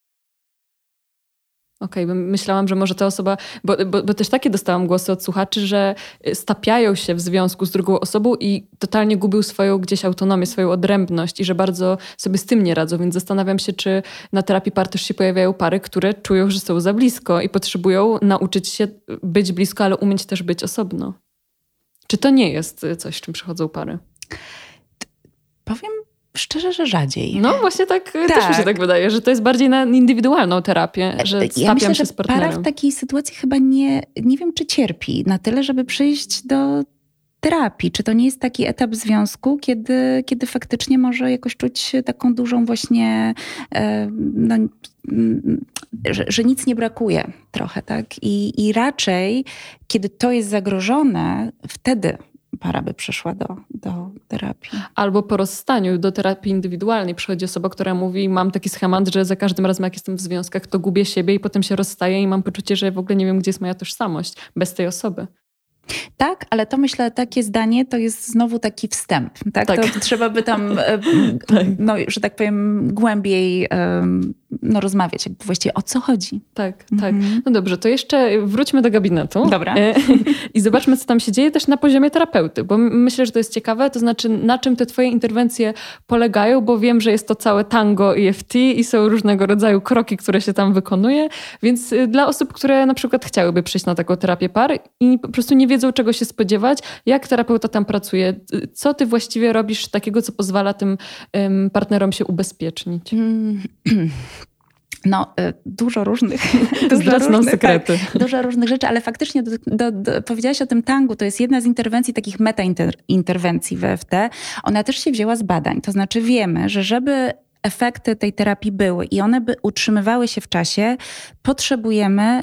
Okej, myślałam, że może ta osoba, bo też takie dostałam głosy od słuchaczy, że stapiają się w związku z drugą osobą i totalnie gubią swoją gdzieś autonomię, swoją odrębność i że bardzo sobie z tym nie radzą, więc zastanawiam się, czy na terapii par też się pojawiają pary, które czują, że są za blisko i potrzebują nauczyć się być blisko, ale umieć też być osobno. Czy to nie jest coś, z czym przychodzą pary? Powiem szczerze, że rzadziej. No właśnie tak, też mi się tak wydaje, że to jest bardziej na indywidualną terapię, że stapiam myślę, się z partnerem. Para w takiej sytuacji chyba nie wiem, czy cierpi na tyle, żeby przyjść do terapii. Czy to nie jest taki etap związku, kiedy faktycznie może jakoś czuć taką dużą właśnie, że nic nie brakuje trochę, tak? I raczej, kiedy to jest zagrożone, wtedy para by przyszła do terapii. Albo po rozstaniu do terapii indywidualnej przychodzi osoba, która mówi, mam taki schemat, że za każdym razem jak jestem w związkach, to gubię siebie i potem się rozstaję i mam poczucie, że w ogóle nie wiem, gdzie jest moja tożsamość bez tej osoby. Tak, ale to myślę, takie zdanie to jest znowu taki wstęp. Tak? To trzeba by tam, że tak powiem, głębiej rozmawiać, jakby właściwie o co chodzi. Tak. No dobrze, to jeszcze wróćmy do gabinetu. Dobra. I zobaczmy, co tam się dzieje też na poziomie terapeuty, bo myślę, że to jest ciekawe, to znaczy na czym te twoje interwencje polegają, bo wiem, że jest to całe tango EFT i są różnego rodzaju kroki, które się tam wykonuje, więc dla osób, które na przykład chciałyby przyjść na taką terapię par i po prostu nie wiedzą, czego się spodziewać, jak terapeuta tam pracuje, co ty właściwie robisz takiego, co pozwala tym partnerom się ubezpiecznić? No, dużo różnych sekrety. Tak, dużo różnych rzeczy, ale faktycznie powiedziałaś o tym tangu, to jest jedna z interwencji, takich meta-interwencji w EFT. Ona też się wzięła z badań, to znaczy wiemy, że żeby efekty tej terapii były i one by utrzymywały się w czasie, potrzebujemy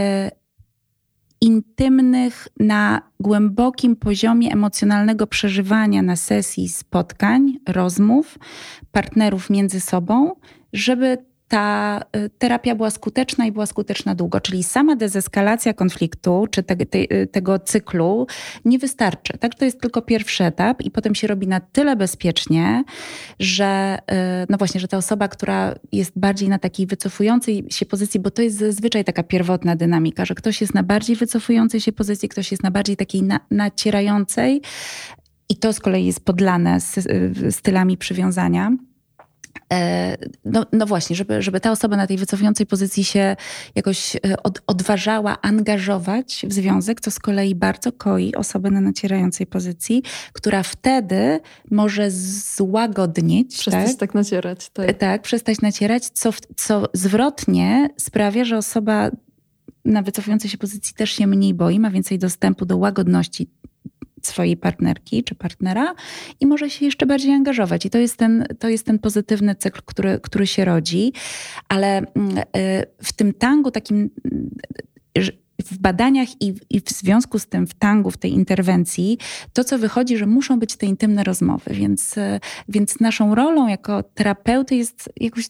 intymnych, na głębokim poziomie emocjonalnego przeżywania na sesji spotkań, rozmów, partnerów między sobą, żeby ta terapia była skuteczna i była skuteczna długo. Czyli sama dezeskalacja konfliktu czy tego cyklu nie wystarczy. Tak? To jest tylko pierwszy etap i potem się robi na tyle bezpiecznie, że no właśnie, że ta osoba, która jest bardziej na takiej wycofującej się pozycji, bo to jest zazwyczaj taka pierwotna dynamika, że ktoś jest na bardziej wycofującej się pozycji, ktoś jest na bardziej takiej nacierającej i to z kolei jest podlane stylami przywiązania. No właśnie, żeby ta osoba na tej wycofującej pozycji się jakoś odważała angażować w związek, co z kolei bardzo koi osobę na nacierającej pozycji, która wtedy może złagodnieć. Przestać tak nacierać. Tak, przestać nacierać, co zwrotnie sprawia, że osoba na wycofującej się pozycji też się mniej boi, ma więcej dostępu do łagodności swojej partnerki czy partnera i może się jeszcze bardziej angażować. I to jest ten pozytywny cykl, który się rodzi. Ale w tym tangu takim, w badaniach i w związku z tym w tangu, w tej interwencji, to co wychodzi, że muszą być te intymne rozmowy. Więc naszą rolą jako terapeuty jest jakoś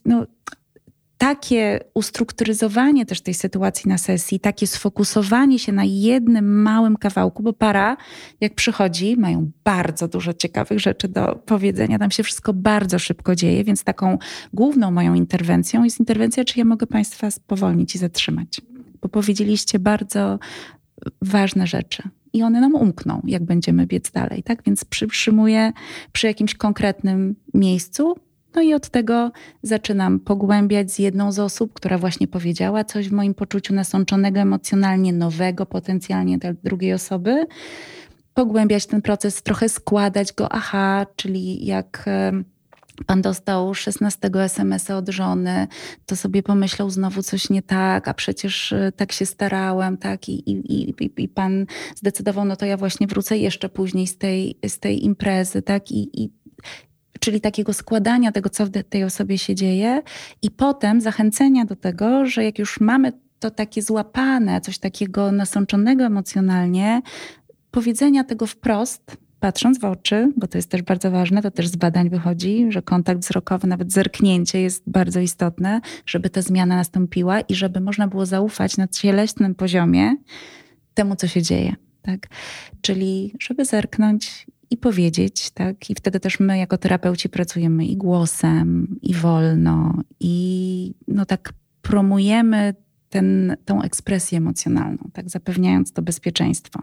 takie ustrukturyzowanie też tej sytuacji na sesji, takie sfokusowanie się na jednym małym kawałku, bo para, jak przychodzi, mają bardzo dużo ciekawych rzeczy do powiedzenia. Tam się wszystko bardzo szybko dzieje, więc taką główną moją interwencją jest interwencja, czy ja mogę Państwa spowolnić i zatrzymać. Bo powiedzieliście bardzo ważne rzeczy. I one nam umkną, jak będziemy biec dalej. Tak? Więc przytrzymuję przy jakimś konkretnym miejscu. No i od tego zaczynam pogłębiać z jedną z osób, która właśnie powiedziała coś w moim poczuciu nasączonego emocjonalnie, nowego potencjalnie dla drugiej osoby. Pogłębiać ten proces, trochę składać go, czyli jak pan dostał 16 SMS-a od żony, to sobie pomyślał znowu coś nie tak, a przecież tak się starałem, tak? I pan zdecydował, no to ja właśnie wrócę jeszcze później z tej imprezy, tak? Czyli takiego składania tego, co w tej osobie się dzieje i potem zachęcenia do tego, że jak już mamy to takie złapane, coś takiego nasączonego emocjonalnie, powiedzenia tego wprost, patrząc w oczy, bo to jest też bardzo ważne, to też z badań wychodzi, że kontakt wzrokowy, nawet zerknięcie jest bardzo istotne, żeby ta zmiana nastąpiła i żeby można było zaufać na cielesnym poziomie temu, co się dzieje. Tak? Czyli żeby zerknąć i powiedzieć, tak? I wtedy też my jako terapeuci pracujemy i głosem, i wolno, i tak promujemy tą ekspresję emocjonalną, tak? Zapewniając to bezpieczeństwo.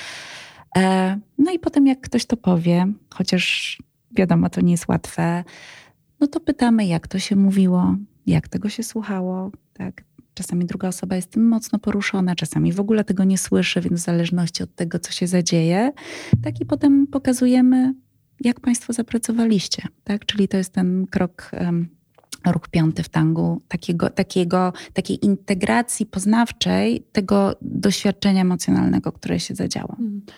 No i potem jak ktoś to powie, chociaż wiadomo, to nie jest łatwe, no to pytamy, jak to się mówiło, jak tego się słuchało, tak? Czasami druga osoba jest tym mocno poruszona, czasami w ogóle tego nie słyszy, więc w zależności od tego, co się zadzieje, tak i potem pokazujemy, jak Państwo zapracowaliście. Tak? Czyli to jest ten ruch 5 w tangu, takiej integracji poznawczej tego doświadczenia emocjonalnego, które się zadziało.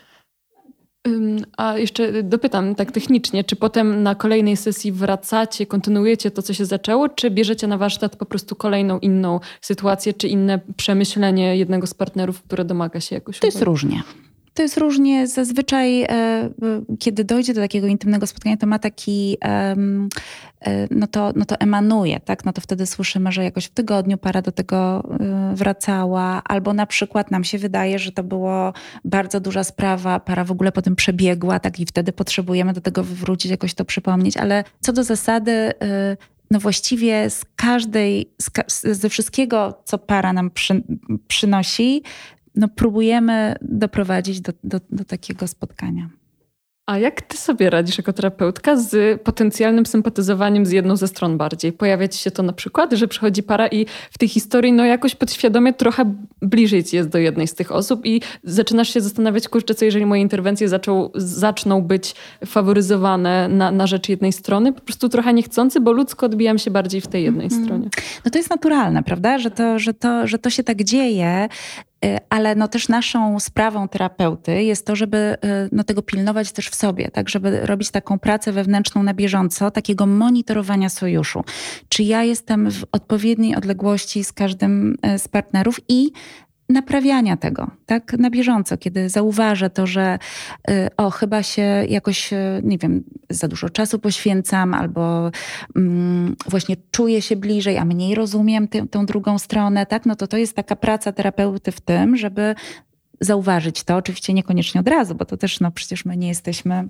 A jeszcze dopytam tak technicznie, czy potem na kolejnej sesji wracacie, kontynuujecie to, co się zaczęło, czy bierzecie na warsztat po prostu kolejną inną sytuację, czy inne przemyślenie jednego z partnerów, które domaga się jakoś? To jest różnie. To jest różnie. Zazwyczaj, kiedy dojdzie do takiego intymnego spotkania, to ma taki, no to emanuje, tak? No to wtedy słyszymy, że jakoś w tygodniu para do tego wracała, albo na przykład nam się wydaje, że to była bardzo duża sprawa, para w ogóle potem przebiegła, tak? I wtedy potrzebujemy do tego wrócić, jakoś to przypomnieć, ale co do zasady, no właściwie ze wszystkiego, co para nam przynosi, no próbujemy doprowadzić do takiego spotkania. A jak ty sobie radzisz jako terapeutka z potencjalnym sympatyzowaniem z jedną ze stron bardziej? Pojawia ci się to na przykład, że przychodzi para i w tej historii no jakoś podświadomie trochę bliżej ci jest do jednej z tych osób i zaczynasz się zastanawiać, kurczę, co jeżeli moje interwencje zaczną być faworyzowane na rzecz jednej strony? Po prostu trochę niechcący, bo ludzko odbijam się bardziej w tej jednej stronie. No to jest naturalne, prawda? Że to się tak dzieje. Ale no też naszą sprawą terapeuty jest to, żeby no tego pilnować też w sobie, tak, żeby robić taką pracę wewnętrzną na bieżąco, takiego monitorowania sojuszu. Czy ja jestem w odpowiedniej odległości z każdym z partnerów i naprawiania tego, tak, na bieżąco, kiedy zauważę to, że chyba się jakoś, nie wiem, za dużo czasu poświęcam albo właśnie czuję się bliżej, a mniej rozumiem tę drugą stronę, tak, no to jest taka praca terapeuty w tym, żeby zauważyć to, oczywiście niekoniecznie od razu, bo to też, no przecież my nie jesteśmy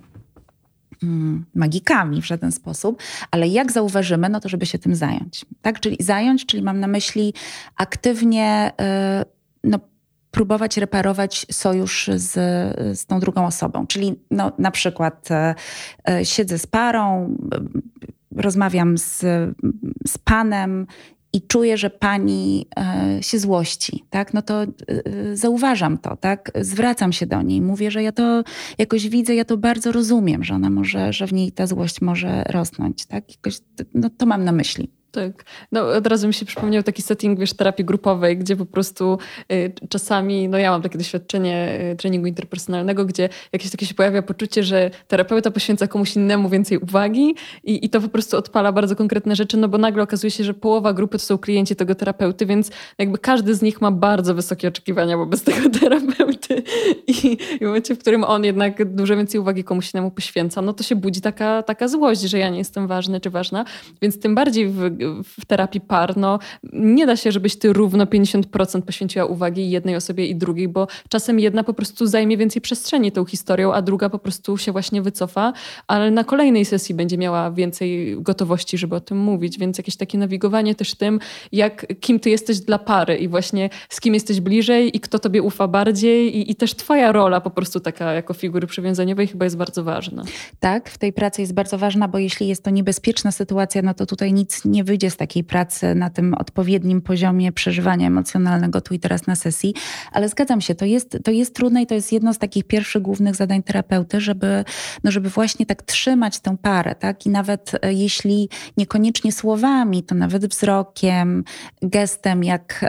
magikami w żaden sposób, ale jak zauważymy, no to żeby się tym zająć, tak, czyli mam na myśli aktywnie no, próbować reparować sojusz z tą drugą osobą. Czyli no, na przykład siedzę z parą, rozmawiam z panem i czuję, że pani się złości, tak? No to zauważam to, tak? Zwracam się do niej, mówię, że ja to jakoś widzę, ja to bardzo rozumiem, że ona może, że w niej ta złość może rosnąć, tak? Jakoś, no to mam na myśli. Tak. No od razu mi się przypomniał taki setting, wiesz, terapii grupowej, gdzie po prostu czasami, no ja mam takie doświadczenie treningu interpersonalnego, gdzie jakieś takie się pojawia poczucie, że terapeuta poświęca komuś innemu więcej uwagi i to po prostu odpala bardzo konkretne rzeczy, no bo nagle okazuje się, że połowa grupy to są klienci tego terapeuty, więc jakby każdy z nich ma bardzo wysokie oczekiwania wobec tego terapeuty i w momencie, w którym on jednak dużo więcej uwagi komuś innemu poświęca, no to się budzi taka złość, że ja nie jestem ważny czy ważna, więc tym bardziej w terapii par, no nie da się, żebyś ty równo 50% poświęciła uwagi jednej osobie i drugiej, bo czasem jedna po prostu zajmie więcej przestrzeni tą historią, a druga po prostu się właśnie wycofa, ale na kolejnej sesji będzie miała więcej gotowości, żeby o tym mówić, więc jakieś takie nawigowanie też tym, kim ty jesteś dla pary i właśnie z kim jesteś bliżej i kto tobie ufa bardziej i też twoja rola po prostu taka jako figury przywiązaniowej chyba jest bardzo ważna. Tak, w tej pracy jest bardzo ważna, bo jeśli jest to niebezpieczna sytuacja, no to tutaj nic nie wyjdzie z takiej pracy na tym odpowiednim poziomie przeżywania emocjonalnego tu i teraz na sesji. Ale zgadzam się, to jest trudne i to jest jedno z takich pierwszych głównych zadań terapeuty, żeby właśnie tak trzymać tę parę, tak? I nawet jeśli niekoniecznie słowami, to nawet wzrokiem, gestem, jak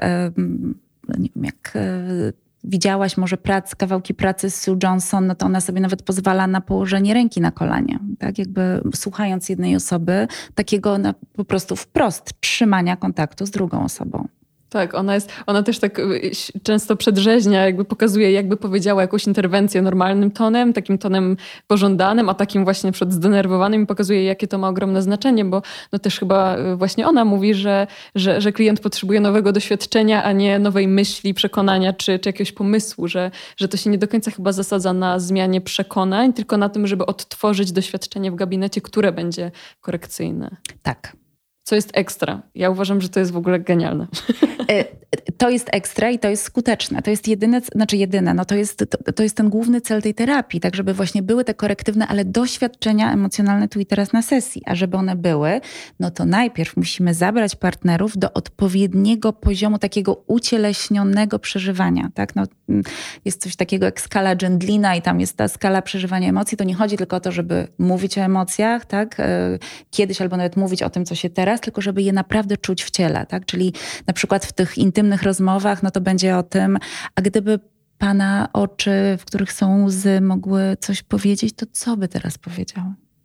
widziałaś może kawałki pracy z Sue Johnson, no to ona sobie nawet pozwala na położenie ręki na kolanie. Tak jakby słuchając jednej osoby, takiego po prostu wprost trzymania kontaktu z drugą osobą. Tak, ona też tak często przedrzeźnia, jakby pokazuje, jakby powiedziała jakąś interwencję normalnym tonem, takim tonem pożądanym, a takim właśnie zdenerwowanym i pokazuje, jakie to ma ogromne znaczenie, bo no też chyba właśnie ona mówi, że klient potrzebuje nowego doświadczenia, a nie nowej myśli, przekonania czy jakiegoś pomysłu, że to się nie do końca chyba zasadza na zmianie przekonań, tylko na tym, żeby odtworzyć doświadczenie w gabinecie, które będzie korekcyjne. Tak. Co jest ekstra. Ja uważam, że to jest w ogóle genialne. To jest ekstra i to jest skuteczne. To jest to jest ten główny cel tej terapii, tak żeby właśnie były te korektywne, ale doświadczenia emocjonalne tu i teraz na sesji. A żeby one były, no to najpierw musimy zabrać partnerów do odpowiedniego poziomu takiego ucieleśnionego przeżywania. Tak? No, jest coś takiego jak skala Gendlina i tam jest ta skala przeżywania emocji. To nie chodzi tylko o to, żeby mówić o emocjach, tak? Kiedyś albo nawet mówić o tym, co się teraz, tylko żeby je naprawdę czuć w ciele. Tak? Czyli na przykład w tych intymnych rozmowach, no to będzie o tym, a gdyby pana oczy, w których są łzy, mogły coś powiedzieć, to co by teraz powiedział?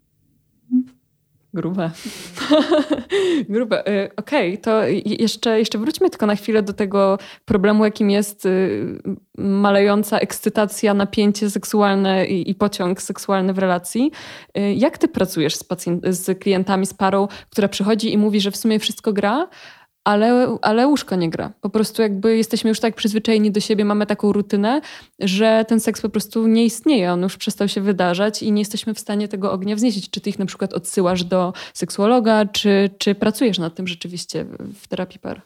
Grube. Grube. Okej, to jeszcze wróćmy tylko na chwilę do tego problemu, jakim jest malejąca ekscytacja, napięcie seksualne i pociąg seksualny w relacji. Jak ty pracujesz z klientami, z parą, która przychodzi i mówi, że w sumie wszystko gra, ale łóżko nie gra. Po prostu jakby jesteśmy już tak przyzwyczajeni do siebie, mamy taką rutynę, że ten seks po prostu nie istnieje. On już przestał się wydarzać i nie jesteśmy w stanie tego ognia wznieść. Czy ty ich na przykład odsyłasz do seksuologa, czy pracujesz nad tym rzeczywiście w terapii par?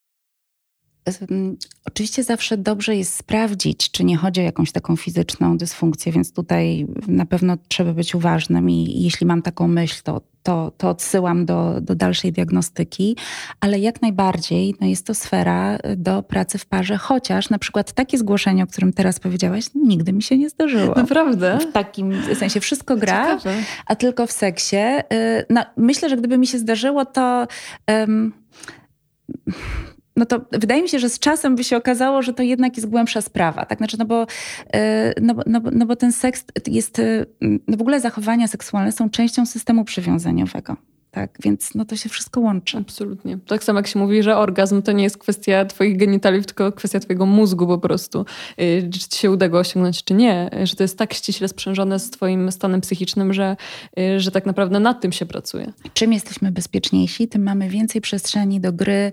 Oczywiście zawsze dobrze jest sprawdzić, czy nie chodzi o jakąś taką fizyczną dysfunkcję, więc tutaj na pewno trzeba być uważnym i jeśli mam taką myśl, to odsyłam do dalszej diagnostyki, ale jak najbardziej jest to sfera do pracy w parze, chociaż na przykład takie zgłoszenie, o którym teraz powiedziałaś, nigdy mi się nie zdarzyło. Naprawdę? W takim sensie wszystko gra, Ciekawe. a tylko w seksie. Myślę, że gdyby mi się zdarzyło, to... No to wydaje mi się, że z czasem by się okazało, że to jednak jest głębsza sprawa. Tak? Znaczy, bo ten seks jest... w ogóle zachowania seksualne są częścią systemu przywiązaniowego. Tak, więc to się wszystko łączy. Absolutnie. Tak samo jak się mówi, że orgazm to nie jest kwestia twoich genitaliów, tylko kwestia twojego mózgu po prostu. Czy ci się uda go osiągnąć, czy nie. Że to jest tak ściśle sprzężone z twoim stanem psychicznym, że tak naprawdę nad tym się pracuje. Czym jesteśmy bezpieczniejsi, tym mamy więcej przestrzeni do gry,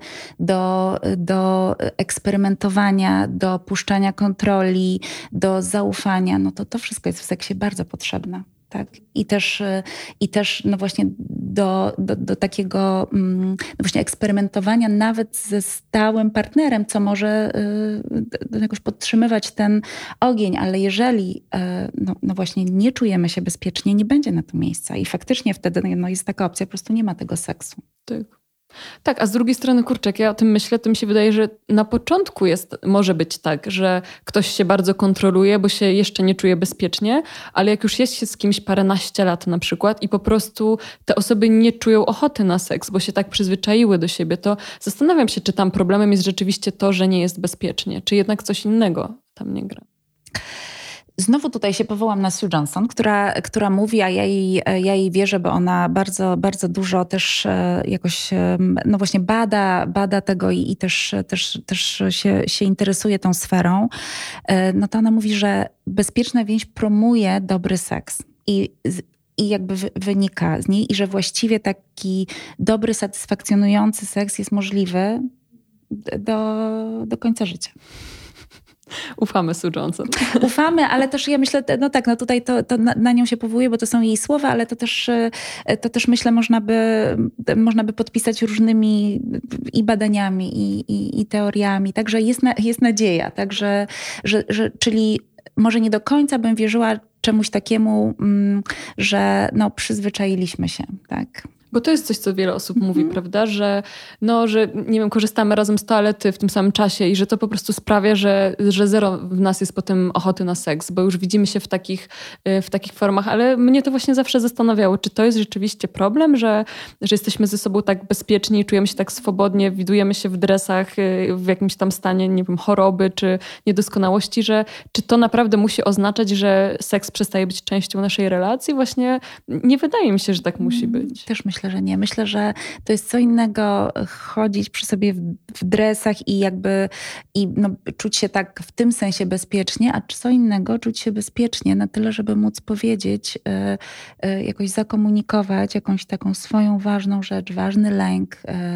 do eksperymentowania, do puszczania kontroli, do zaufania. To wszystko jest w seksie bardzo potrzebne. Tak? I też właśnie do takiego właśnie eksperymentowania nawet ze stałym partnerem, co może jakoś podtrzymywać ten ogień, ale jeżeli właśnie nie czujemy się bezpiecznie, nie będzie na to miejsca i faktycznie wtedy jest taka opcja, po prostu nie ma tego seksu. Tak, a z drugiej strony, kurczę, jak ja o tym myślę, to mi się wydaje, że na początku może być tak, że ktoś się bardzo kontroluje, bo się jeszcze nie czuje bezpiecznie, ale jak już jest się z kimś paręnaście lat na przykład i po prostu te osoby nie czują ochoty na seks, bo się tak przyzwyczaiły do siebie, to zastanawiam się, czy tam problemem jest rzeczywiście to, że nie jest bezpiecznie, czy jednak coś innego tam nie gra. Znowu tutaj się powołam na Sue Johnson, która mówi, a ja jej wierzę, bo ona bardzo, bardzo dużo też jakoś właśnie bada tego i też się interesuje tą sferą. To ona mówi, że bezpieczna więź promuje dobry seks. I jakby wynika z niej i że właściwie taki dobry, satysfakcjonujący seks jest możliwy do końca życia. Ufamy Sue Johnson. Ufamy, ale też ja myślę, tutaj to na nią się powołuję, bo to są jej słowa, ale to też myślę można by podpisać różnymi i badaniami i teoriami. Także jest nadzieja. Także, czyli może nie do końca bym wierzyła czemuś takiemu, że przyzwyczailiśmy się, tak. Bo to jest coś, co wiele osób mówi, prawda? Że nie wiem, korzystamy razem z toalety w tym samym czasie i że to po prostu sprawia, że zero w nas jest potem ochoty na seks, bo już widzimy się w takich formach. Ale mnie to właśnie zawsze zastanawiało, czy to jest rzeczywiście problem, że jesteśmy ze sobą tak bezpieczni, czujemy się tak swobodnie, widujemy się w dresach w jakimś tam stanie, nie wiem, choroby czy niedoskonałości, czy to naprawdę musi oznaczać, że seks przestaje być częścią naszej relacji? Właśnie nie wydaje mi się, że tak musi być. Też myślę, że nie. Myślę, że to jest co innego chodzić przy sobie w dresach i czuć się tak w tym sensie bezpiecznie, a co innego czuć się bezpiecznie na tyle, żeby móc powiedzieć, jakoś zakomunikować jakąś taką swoją ważną rzecz, ważny lęk,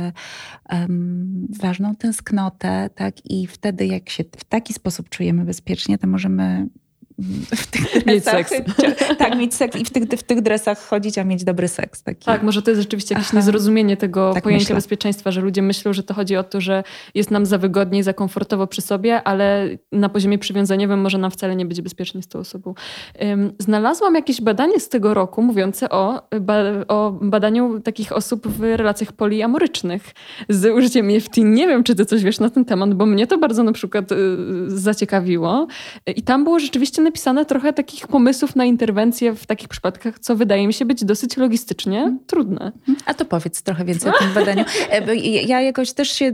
ważną tęsknotę, tak? I wtedy jak się w taki sposób czujemy bezpiecznie, to możemy w tych dresach, mieć seks i w tych dresach chodzić, a mieć dobry seks. Taki. Tak, może to jest rzeczywiście jakieś niezrozumienie tego pojęcia bezpieczeństwa, że ludzie myślą, że to chodzi o to, że jest nam za wygodniej, za komfortowo przy sobie, ale na poziomie przywiązaniowym może nam wcale nie być bezpiecznie z tą osobą. Znalazłam jakieś badanie z tego roku mówiące o badaniu takich osób w relacjach poliamorycznych z użyciem EFT. Nie wiem, czy ty coś wiesz na ten temat, bo mnie to bardzo na przykład zaciekawiło. I tam było rzeczywiście napisane trochę takich pomysłów na interwencję w takich przypadkach, co wydaje mi się być dosyć logistycznie trudne. A to powiedz trochę więcej o tym badaniu. Ja jakoś też się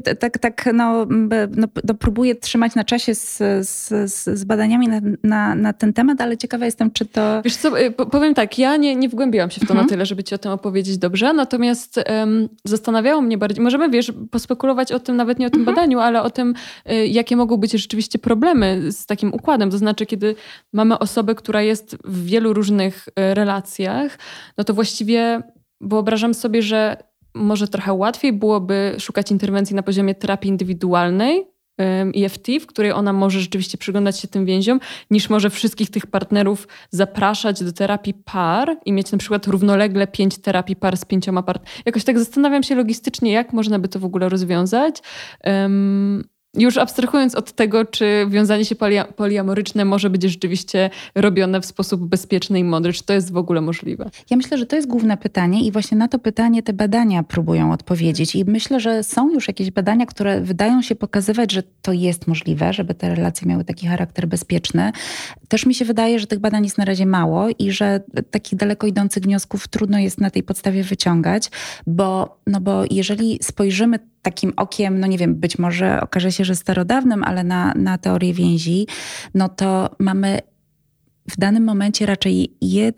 próbuję trzymać na czasie z badaniami na ten temat, ale ciekawa jestem, czy to... Wiesz co, powiem tak, ja nie wgłębiłam się w to na tyle, żeby ci o tym opowiedzieć dobrze, natomiast zastanawiało mnie bardziej, możemy, pospekulować o tym, nawet nie o tym badaniu, ale o tym, jakie mogą być rzeczywiście problemy z takim układem. To znaczy, kiedy mamy osobę, która jest w wielu różnych relacjach, no to właściwie wyobrażam sobie, że może trochę łatwiej byłoby szukać interwencji na poziomie terapii indywidualnej, EFT, w której ona może rzeczywiście przyglądać się tym więziom, niż może wszystkich tych partnerów zapraszać do terapii par i mieć na przykład równolegle 5 terapii par z 5 partnerami. Jakoś tak zastanawiam się logistycznie, jak można by to w ogóle rozwiązać. Już abstrahując od tego, czy wiązanie się poliamoryczne może być rzeczywiście robione w sposób bezpieczny i mądry, czy to jest w ogóle możliwe? Ja myślę, że to jest główne pytanie i właśnie na to pytanie te badania próbują odpowiedzieć. I myślę, że są już jakieś badania, które wydają się pokazywać, że to jest możliwe, żeby te relacje miały taki charakter bezpieczny. Też mi się wydaje, że tych badań jest na razie mało i że takich daleko idących wniosków trudno jest na tej podstawie wyciągać, bo jeżeli spojrzymy takim okiem, no nie wiem, być może okaże się, że starodawnym, ale na teorię więzi, no to mamy w danym momencie raczej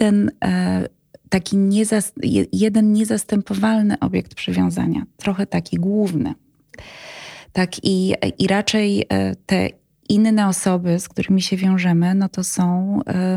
jeden niezastępowalny obiekt przywiązania, trochę taki główny. Tak, i raczej te inne osoby, z którymi się wiążemy, no to są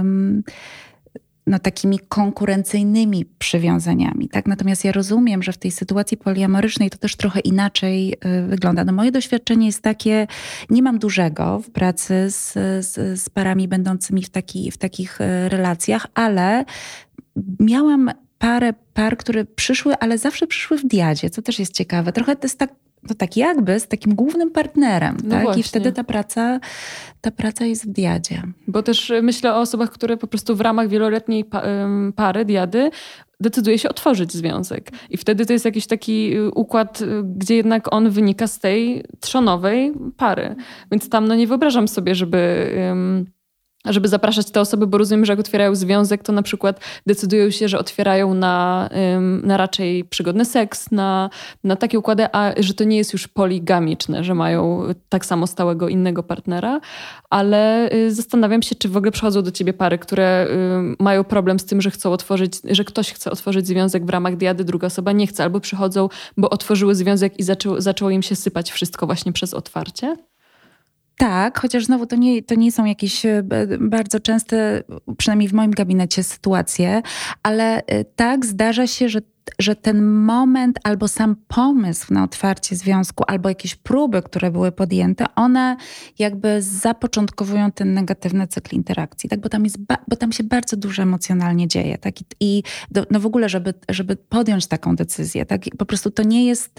takimi konkurencyjnymi przywiązaniami. Tak? Natomiast ja rozumiem, że w tej sytuacji poliamorycznej to też trochę inaczej wygląda. No moje doświadczenie jest takie, nie mam dużego w pracy z parami będącymi w takich relacjach, ale miałam parę par, które przyszły, ale zawsze przyszły w diadzie, co też jest ciekawe. Trochę to jest tak jakby z takim głównym partnerem. No tak? właśnie. I wtedy ta praca jest w diadzie. Bo też myślę o osobach, które po prostu w ramach wieloletniej pary, diady, decyduje się otworzyć związek. I wtedy to jest jakiś taki układ, gdzie jednak on wynika z tej trzonowej pary. Więc tam nie wyobrażam sobie, żeby zapraszać te osoby, bo rozumiem, że jak otwierają związek, to na przykład decydują się, że otwierają na raczej przygodny seks, na takie układy, a że to nie jest już poligamiczne, że mają tak samo stałego innego partnera, ale zastanawiam się, czy w ogóle przychodzą do ciebie pary, które mają problem z tym, że ktoś chce otworzyć związek w ramach diady, druga osoba nie chce, albo przychodzą, bo otworzyły związek i zaczęło im się sypać wszystko właśnie przez otwarcie. Tak, chociaż znowu to nie są jakieś bardzo częste, przynajmniej w moim gabinecie, sytuacje, ale tak, zdarza się, że ten moment albo sam pomysł na otwarcie związku, albo jakieś próby, które były podjęte, one jakby zapoczątkowują ten negatywny cykl interakcji, tak? Bo tam się bardzo dużo emocjonalnie dzieje. Tak? I w ogóle, żeby podjąć taką decyzję, tak? Po prostu to nie jest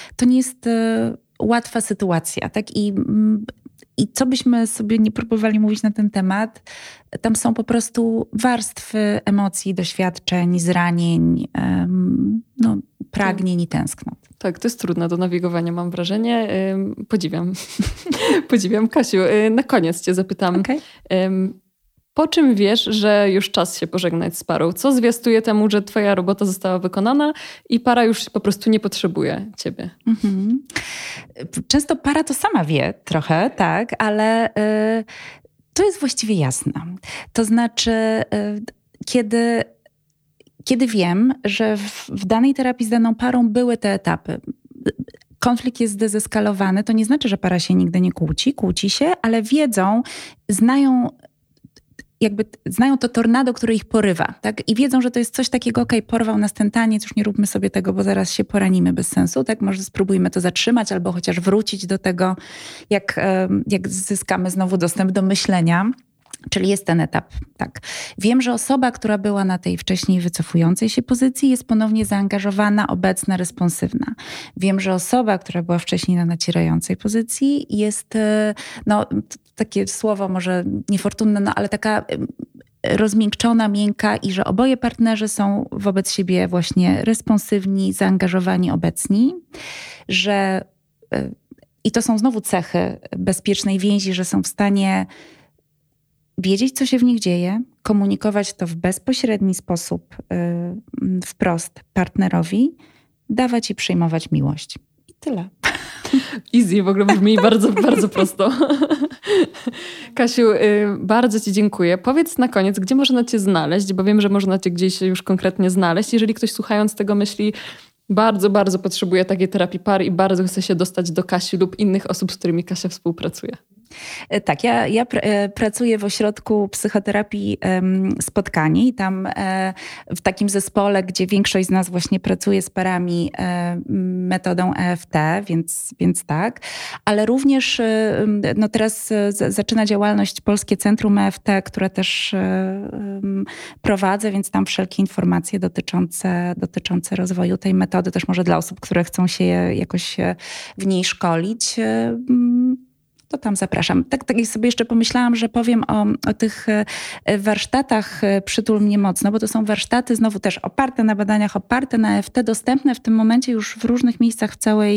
łatwa sytuacja. Tak? I co byśmy sobie nie próbowali mówić na ten temat, tam są po prostu warstwy emocji, doświadczeń, zranień, pragnień i tęsknot. Tak, to jest trudne do nawigowania, mam wrażenie. Podziwiam. Podziwiam. Kasiu, na koniec cię zapytam. Okay. Po czym wiesz, że już czas się pożegnać z parą? Co zwiastuje temu, że twoja robota została wykonana i para już po prostu nie potrzebuje ciebie? Mhm. Często para to sama wie trochę, tak, ale to jest właściwie jasne. To znaczy, kiedy wiem, że w danej terapii z daną parą były te etapy, konflikt jest zdezeskalowany, to nie znaczy, że para się nigdy nie kłóci się, ale znają to tornado, które ich porywa, tak? I wiedzą, że to jest coś takiego, porwał nas ten taniec, już nie róbmy sobie tego, bo zaraz się poranimy bez sensu, tak? Może spróbujmy to zatrzymać albo chociaż wrócić do tego, jak zyskamy znowu dostęp do myślenia. Czyli jest ten etap, tak. Wiem, że osoba, która była na tej wcześniej wycofującej się pozycji, jest ponownie zaangażowana, obecna, responsywna. Wiem, że osoba, która była wcześniej na nacierającej pozycji, jest, takie słowo może niefortunne, ale taka rozmiękczona, miękka i że oboje partnerzy są wobec siebie właśnie responsywni, zaangażowani, obecni, i to są znowu cechy bezpiecznej więzi, że są w stanie wiedzieć, co się w nich dzieje, komunikować to w bezpośredni sposób wprost partnerowi, dawać i przyjmować miłość. I tyle. Easy, w ogóle brzmi bardzo, bardzo prosto. Kasiu, bardzo ci dziękuję. Powiedz na koniec, gdzie można cię znaleźć, bo wiem, że można cię gdzieś już konkretnie znaleźć. Jeżeli ktoś słuchając tego myśli, bardzo, bardzo potrzebuje takiej terapii par i bardzo chce się dostać do Kasi lub innych osób, z którymi Kasia współpracuje. Tak, ja pracuję w ośrodku psychoterapii Spotkani. Tam w takim zespole, gdzie większość z nas właśnie pracuje z parami metodą EFT, więc tak. Ale również no teraz zaczyna działalność Polskie Centrum EFT, które też prowadzę, więc tam wszelkie informacje dotyczące rozwoju tej metody, też może dla osób, które chcą się jakoś w niej szkolić, to tam zapraszam. Tak sobie jeszcze pomyślałam, że powiem o tych warsztatach Przytul mnie mocno, bo to są warsztaty znowu też oparte na badaniach, oparte na EFT, dostępne w tym momencie już w różnych miejscach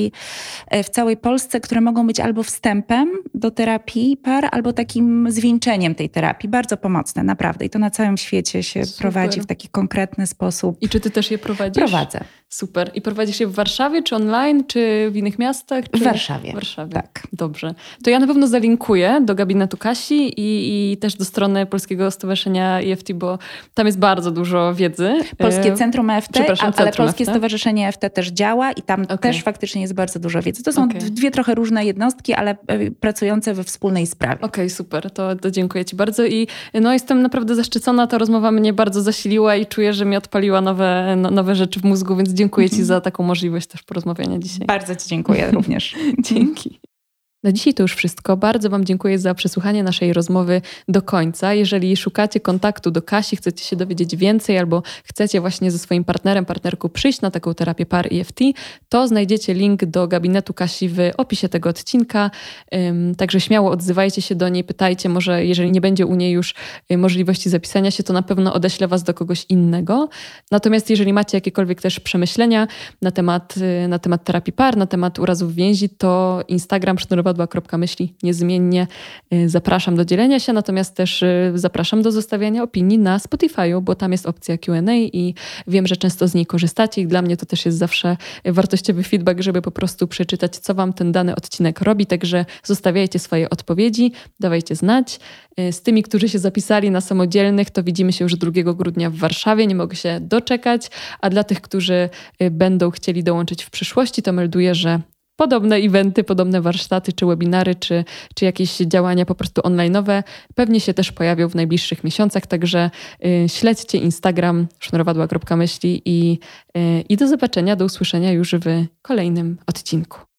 w całej Polsce, które mogą być albo wstępem do terapii par, albo takim zwieńczeniem tej terapii. Bardzo pomocne, naprawdę. I to na całym świecie się prowadzi w taki konkretny sposób. I czy ty też je prowadzisz? Prowadzę. Super. I prowadzisz je w Warszawie, czy online, czy w innych miastach? Czy... W Warszawie. Tak. Dobrze. To ja na pewno zalinkuję do gabinetu Kasi i też do strony Polskiego Stowarzyszenia EFT, bo tam jest bardzo dużo wiedzy. Polskie Centrum EFT, ale Polskie EFT? Stowarzyszenie EFT też działa i tam też faktycznie jest bardzo dużo wiedzy. To są dwie trochę różne jednostki, ale pracujące we wspólnej sprawie. Okej, super. To dziękuję ci bardzo i jestem naprawdę zaszczycona. Ta rozmowa mnie bardzo zasiliła i czuję, że mi odpaliła nowe rzeczy w mózgu, więc dziękuję ci za taką możliwość też porozmawiania dzisiaj. Bardzo ci dziękuję również. Dzięki. Na dzisiaj to już wszystko. Bardzo wam dziękuję za przesłuchanie naszej rozmowy do końca. Jeżeli szukacie kontaktu do Kasi, chcecie się dowiedzieć więcej albo chcecie właśnie ze swoim partnerką przyjść na taką terapię par EFT, to znajdziecie link do gabinetu Kasi w opisie tego odcinka. Także śmiało odzywajcie się do niej, pytajcie. Może jeżeli nie będzie u niej już możliwości zapisania się, to na pewno odeślę was do kogoś innego. Natomiast jeżeli macie jakiekolwiek też przemyślenia na temat terapii par, na temat urazów więzi, to Instagram sznurowadła.myśli niezmiennie zapraszam do dzielenia się, natomiast też zapraszam do zostawiania opinii na Spotify'u, bo tam jest opcja Q&A i wiem, że często z niej korzystacie i dla mnie to też jest zawsze wartościowy feedback, żeby po prostu przeczytać, co wam ten dany odcinek robi, także zostawiajcie swoje odpowiedzi, dawajcie znać. Z tymi, którzy się zapisali na samodzielnych, to widzimy się już 2 grudnia w Warszawie, nie mogę się doczekać, a dla tych, którzy będą chcieli dołączyć w przyszłości, to melduję, że podobne eventy, podobne warsztaty, czy webinary, czy jakieś działania po prostu online'owe pewnie się też pojawią w najbliższych miesiącach, także śledźcie Instagram sznurowadła.myśli i do zobaczenia, do usłyszenia już w kolejnym odcinku.